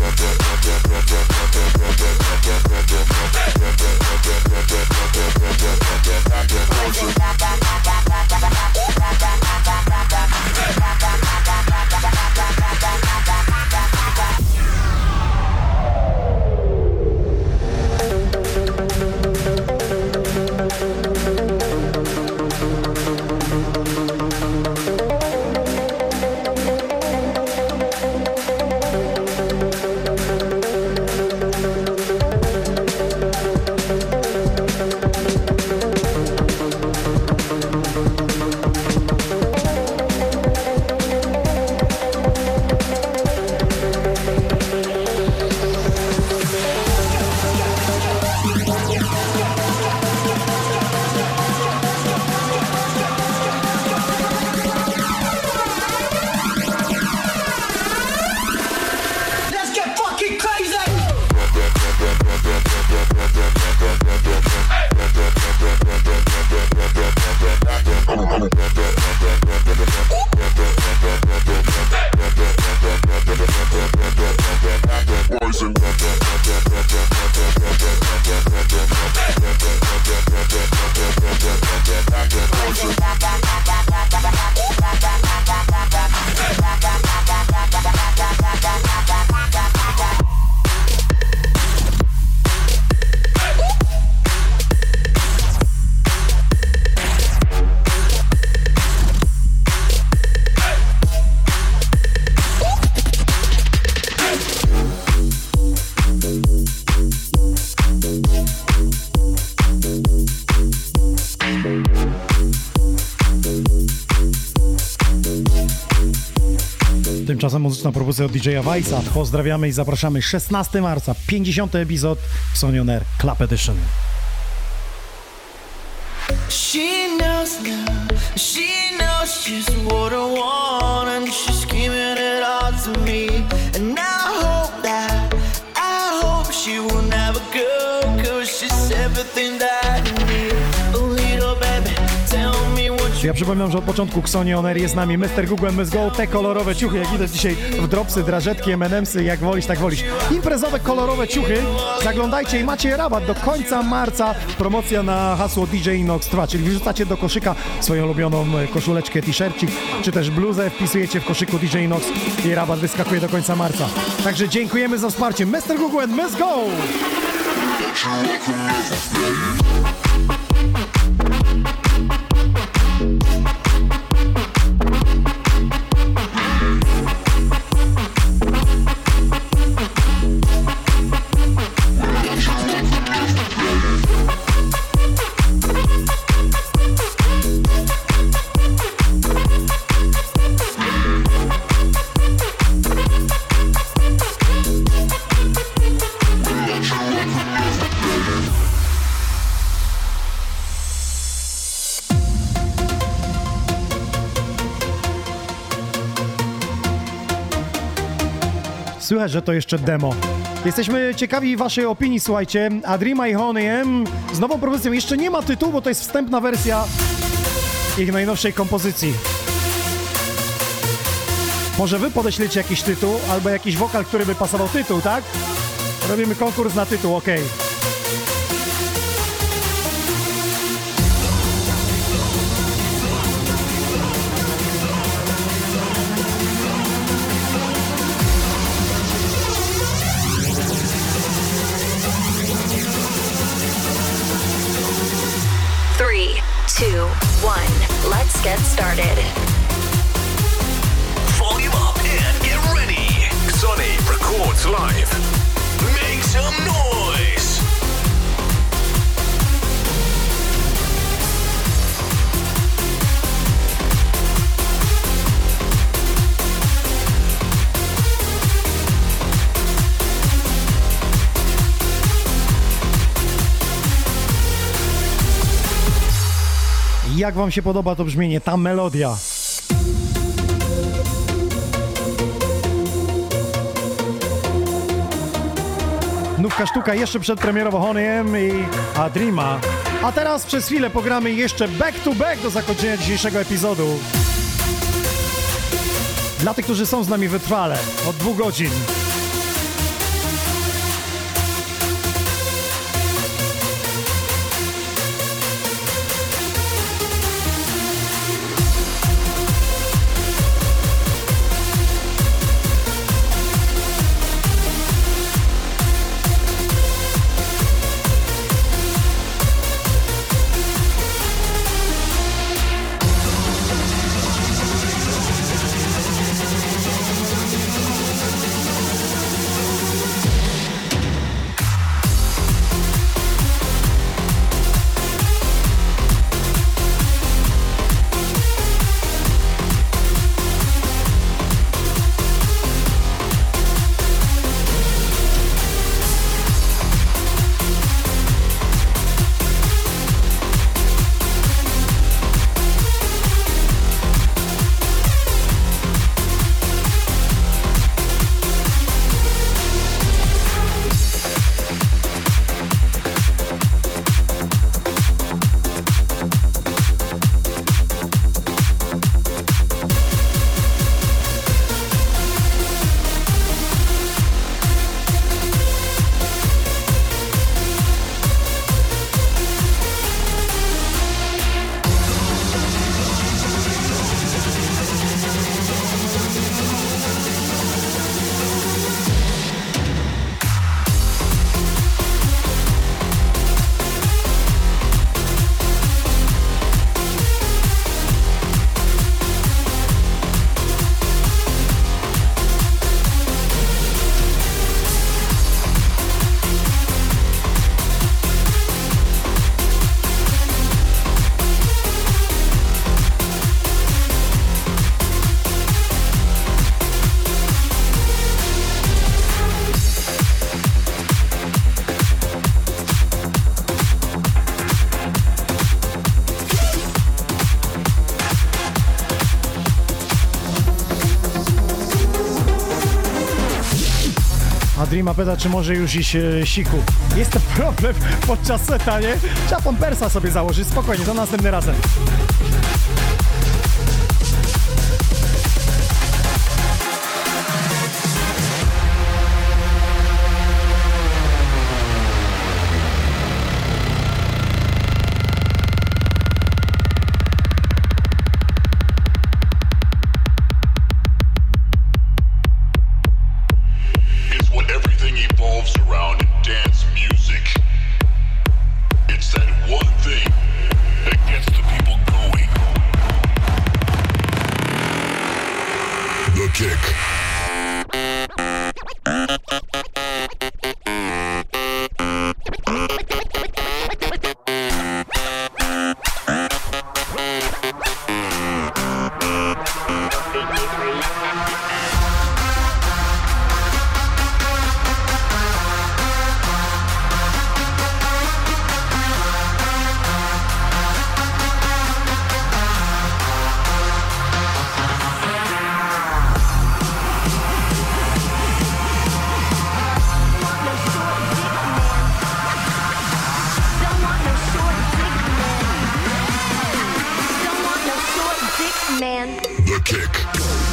Tymczasem muzyczna propozycja od DJ-a Vice'a. Pozdrawiamy i zapraszamy 16 marca, 50. epizod Xoni On Air Club Edition. She knows now, she knows just what I want, and she's screaming it out to me. And I hope she will never go, 'cause she's everything that I need. Oh, little baby, tell me what you... Ja przypominam, że od początku Xoni On Air jest z nami Mr. Google, Ms. Go, te kolorowe ciuchy, jak widać dzisiaj w dropsy, drażetki, M&M'sy, jak wolisz, tak wolisz. Imprezowe, kolorowe ciuchy, zaglądajcie i macie rabat do końca marca. Promocja na hasło DJ Inox trwa, czyli wrzucacie do koszyka swoją ulubioną koszuleczkę, t-shircik, czy też bluzę, wpisujecie w koszyku DJ Inox i rabat wyskakuje do końca marca. Także dziękujemy za wsparcie. Mr. Google and Ms. Go! Słychać, że to jeszcze demo. Jesteśmy ciekawi waszej opinii, słuchajcie. Adrima i Honey M z nową propozycją. Jeszcze nie ma tytułu, bo to jest wstępna wersja ich najnowszej kompozycji. Może wy podeślecie jakiś tytuł, albo jakiś wokal, który by pasował tytuł, tak? Robimy konkurs na tytuł, okej. Let's get started. Volume up and get ready. Xoni records live. Make some noise. Jak wam się podoba to brzmienie, ta melodia? Nówka sztuka jeszcze przedpremierowo Honey M i Adrima. A teraz przez chwilę pogramy jeszcze back to back do zakończenia dzisiejszego epizodu. Dla tych, którzy są z nami wytrwale od 2 godzin. Dreama pyta, czy może już iść siku. Jest to problem podczas seta, nie? Trzeba pampersa sobie założyć, spokojnie, to następnym razem. It's what everything evolves around in dance music. It's that one thing that gets the people going. The kick. Man. The kick.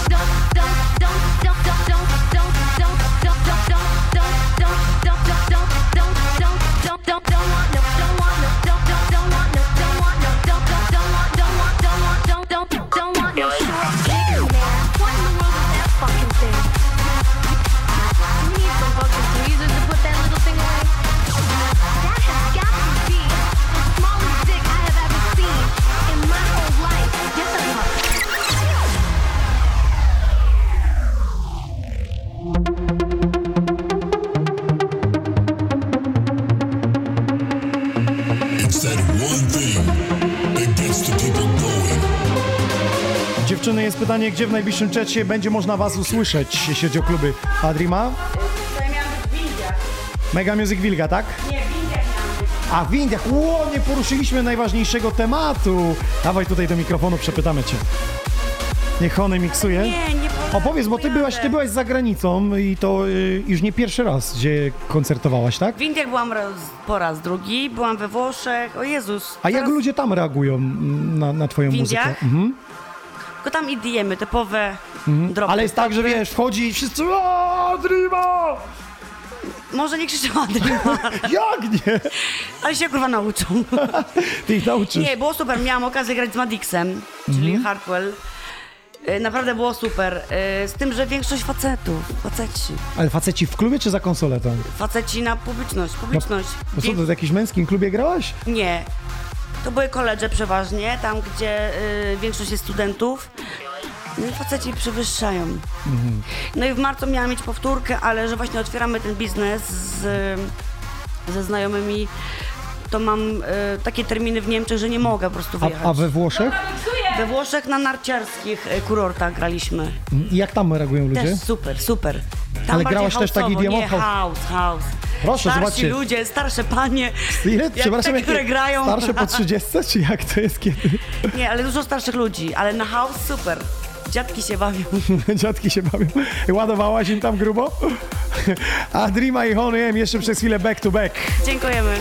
It's that one thing that gets the people going. Dziewczyny, jest pytanie, gdzie w najbliższym czasie będzie można was usłyszeć, jeśli chodzi o kluby. A Dreama? Tutaj miałam być w Indiach. Mega Music Wilga, tak? Nie, w Indiach miałam być. A w Indiach, nie poruszyliśmy najważniejszego tematu. Dawaj tutaj do mikrofonu, przepytamy cię. Niech Hony miksuje. Nie Opowiedz, bo ty byłaś za granicą i to już nie pierwszy raz, gdzie koncertowałaś, tak? W Indiach byłam po raz drugi, byłam we Włoszech, o Jezus. A jak ludzie tam reagują na twoją W muzykę? Indiach? Tylko tam EDM-y, typowe dropy. Ale jest tak, że wiesz, wchodzi i wszyscy o, Dreama! Może nie krzyczała Dreama. Jak nie? Ale się kurwa nauczą. Ty ich nauczysz. Nie, było super. Miałam okazję grać z Madixem, czyli Hardwell. Naprawdę było super. Z tym, że większość faceci. Ale faceci w klubie czy za konsoletą? Faceci na publiczność. No co, to w jakimś męskim klubie grałaś? Nie. To były koledże przeważnie, tam gdzie większość jest studentów. No i faceci przewyższają. No i w marcu miałam mieć powtórkę, ale że właśnie otwieramy ten biznes ze znajomymi, to mam takie terminy w Niemczech, że nie mogę po prostu wyjechać. A we Włoszech? We Włoszech na narciarskich kurortach graliśmy. I jak tam reagują ludzie? Też super. Tam Ale bardziej grałaś też taki house'owo, demo? Nie, house. Proszę, Starsi zobaczcie. ludzie, starsze panie. Ile? Przepraszam, te, które grają. Starsze po 30, czy jak to jest kiedy? Nie, ale dużo starszych ludzi, ale na house super. Dziadki się bawią. Dziadki się bawią. Ładowałaś im tam grubo? A Dreama i Hony M jeszcze przez chwilę back to back. Dziękujemy.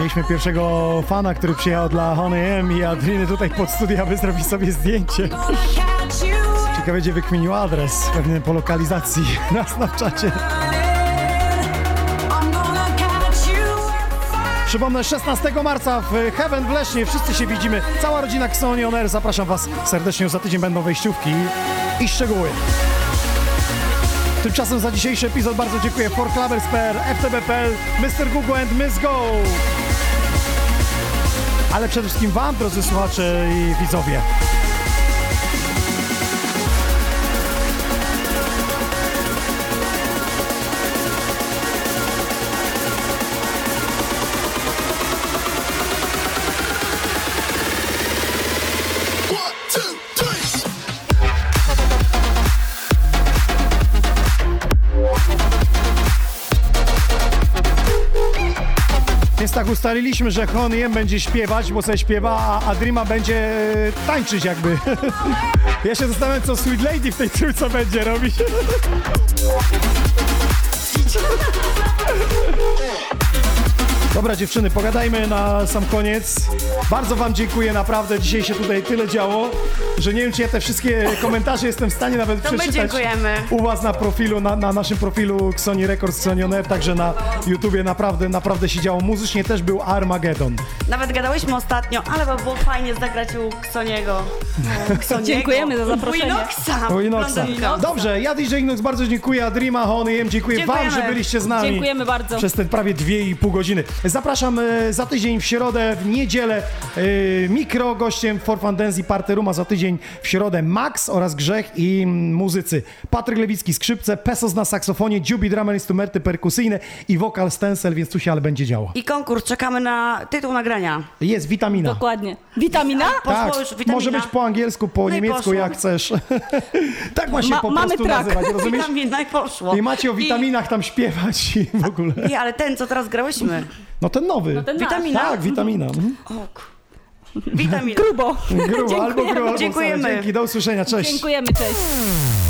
Mieliśmy pierwszego fana, który przyjechał dla Honey M i Adriny tutaj pod studio, aby zrobić sobie zdjęcie. Ciekawe, gdzie wykminił adres, pewnie po lokalizacji na Snapchacie. Przypomnę, 16 marca w Heaven w Lesznie. Wszyscy się widzimy. Cała rodzina Xoni On Air. Zapraszam Was serdecznie. Za tydzień będą wejściówki i szczegóły. Tymczasem za dzisiejszy epizod bardzo dziękuję For Clubbers.pl, FTB.pl, Mr. Google and Miss Go. Ale przede wszystkim Wam, drodzy słuchacze i widzowie. Więc tak ustaliliśmy, że Honey M będzie śpiewać, bo sobie śpiewa, a Adrima będzie tańczyć jakby. Ja się zastanawiam, co Sweet Lady w tej trójce będzie robić. Dobra dziewczyny, pogadajmy na sam koniec. Bardzo Wam dziękuję, naprawdę. Dzisiaj się tutaj tyle działo, że nie wiem, czy ja te wszystkie komentarze jestem w stanie nawet To my przeczytać dziękujemy. u Was na profilu, na naszym profilu Xoni Records, Xoni On Air, także na YouTubie naprawdę się działo. Muzycznie też był Armageddon. Nawet gadałyśmy ostatnio, ale by było fajnie zagrać u Ksoniego. Dziękujemy za zaproszenie. U Inoxa. Dobrze, ja DJ Inox bardzo dziękuję, Adrima, Honey M, dziękuję Wam, Dziękujemy. że byliście z nami. Dziękujemy bardzo. Przez te prawie 2,5 godziny. Zapraszam za tydzień w środę, w niedzielę mikro gościem For Fun Dance i Party Room, a za tydzień w środę Max oraz Grzech i muzycy. Patryk Lewicki skrzypce, Pesos na saksofonie, Dziubi drama instrumenty perkusyjne i wokal stencil, więc tu się ale będzie działo. I konkurs, czekamy na tytuł nagrania. Jest witamina. Dokładnie. Witamina? Poszło już witamina. Może być po angielsku, po No i niemiecku, poszło. jak chcesz. Tak ma się po mamy prostu track. nazywać, rozumiesz? Witamina i poszło. I macie o witaminach tam śpiewać i w ogóle. Nie, ale ten, co teraz grałyśmy. No ten nowy. No ten nasz. Witamina? Tak, witamina. Witamina. Grubo. Grubo, albo grubo, albo Dziękujemy. wcale. Dzięki, do usłyszenia, cześć. Dziękujemy, cześć.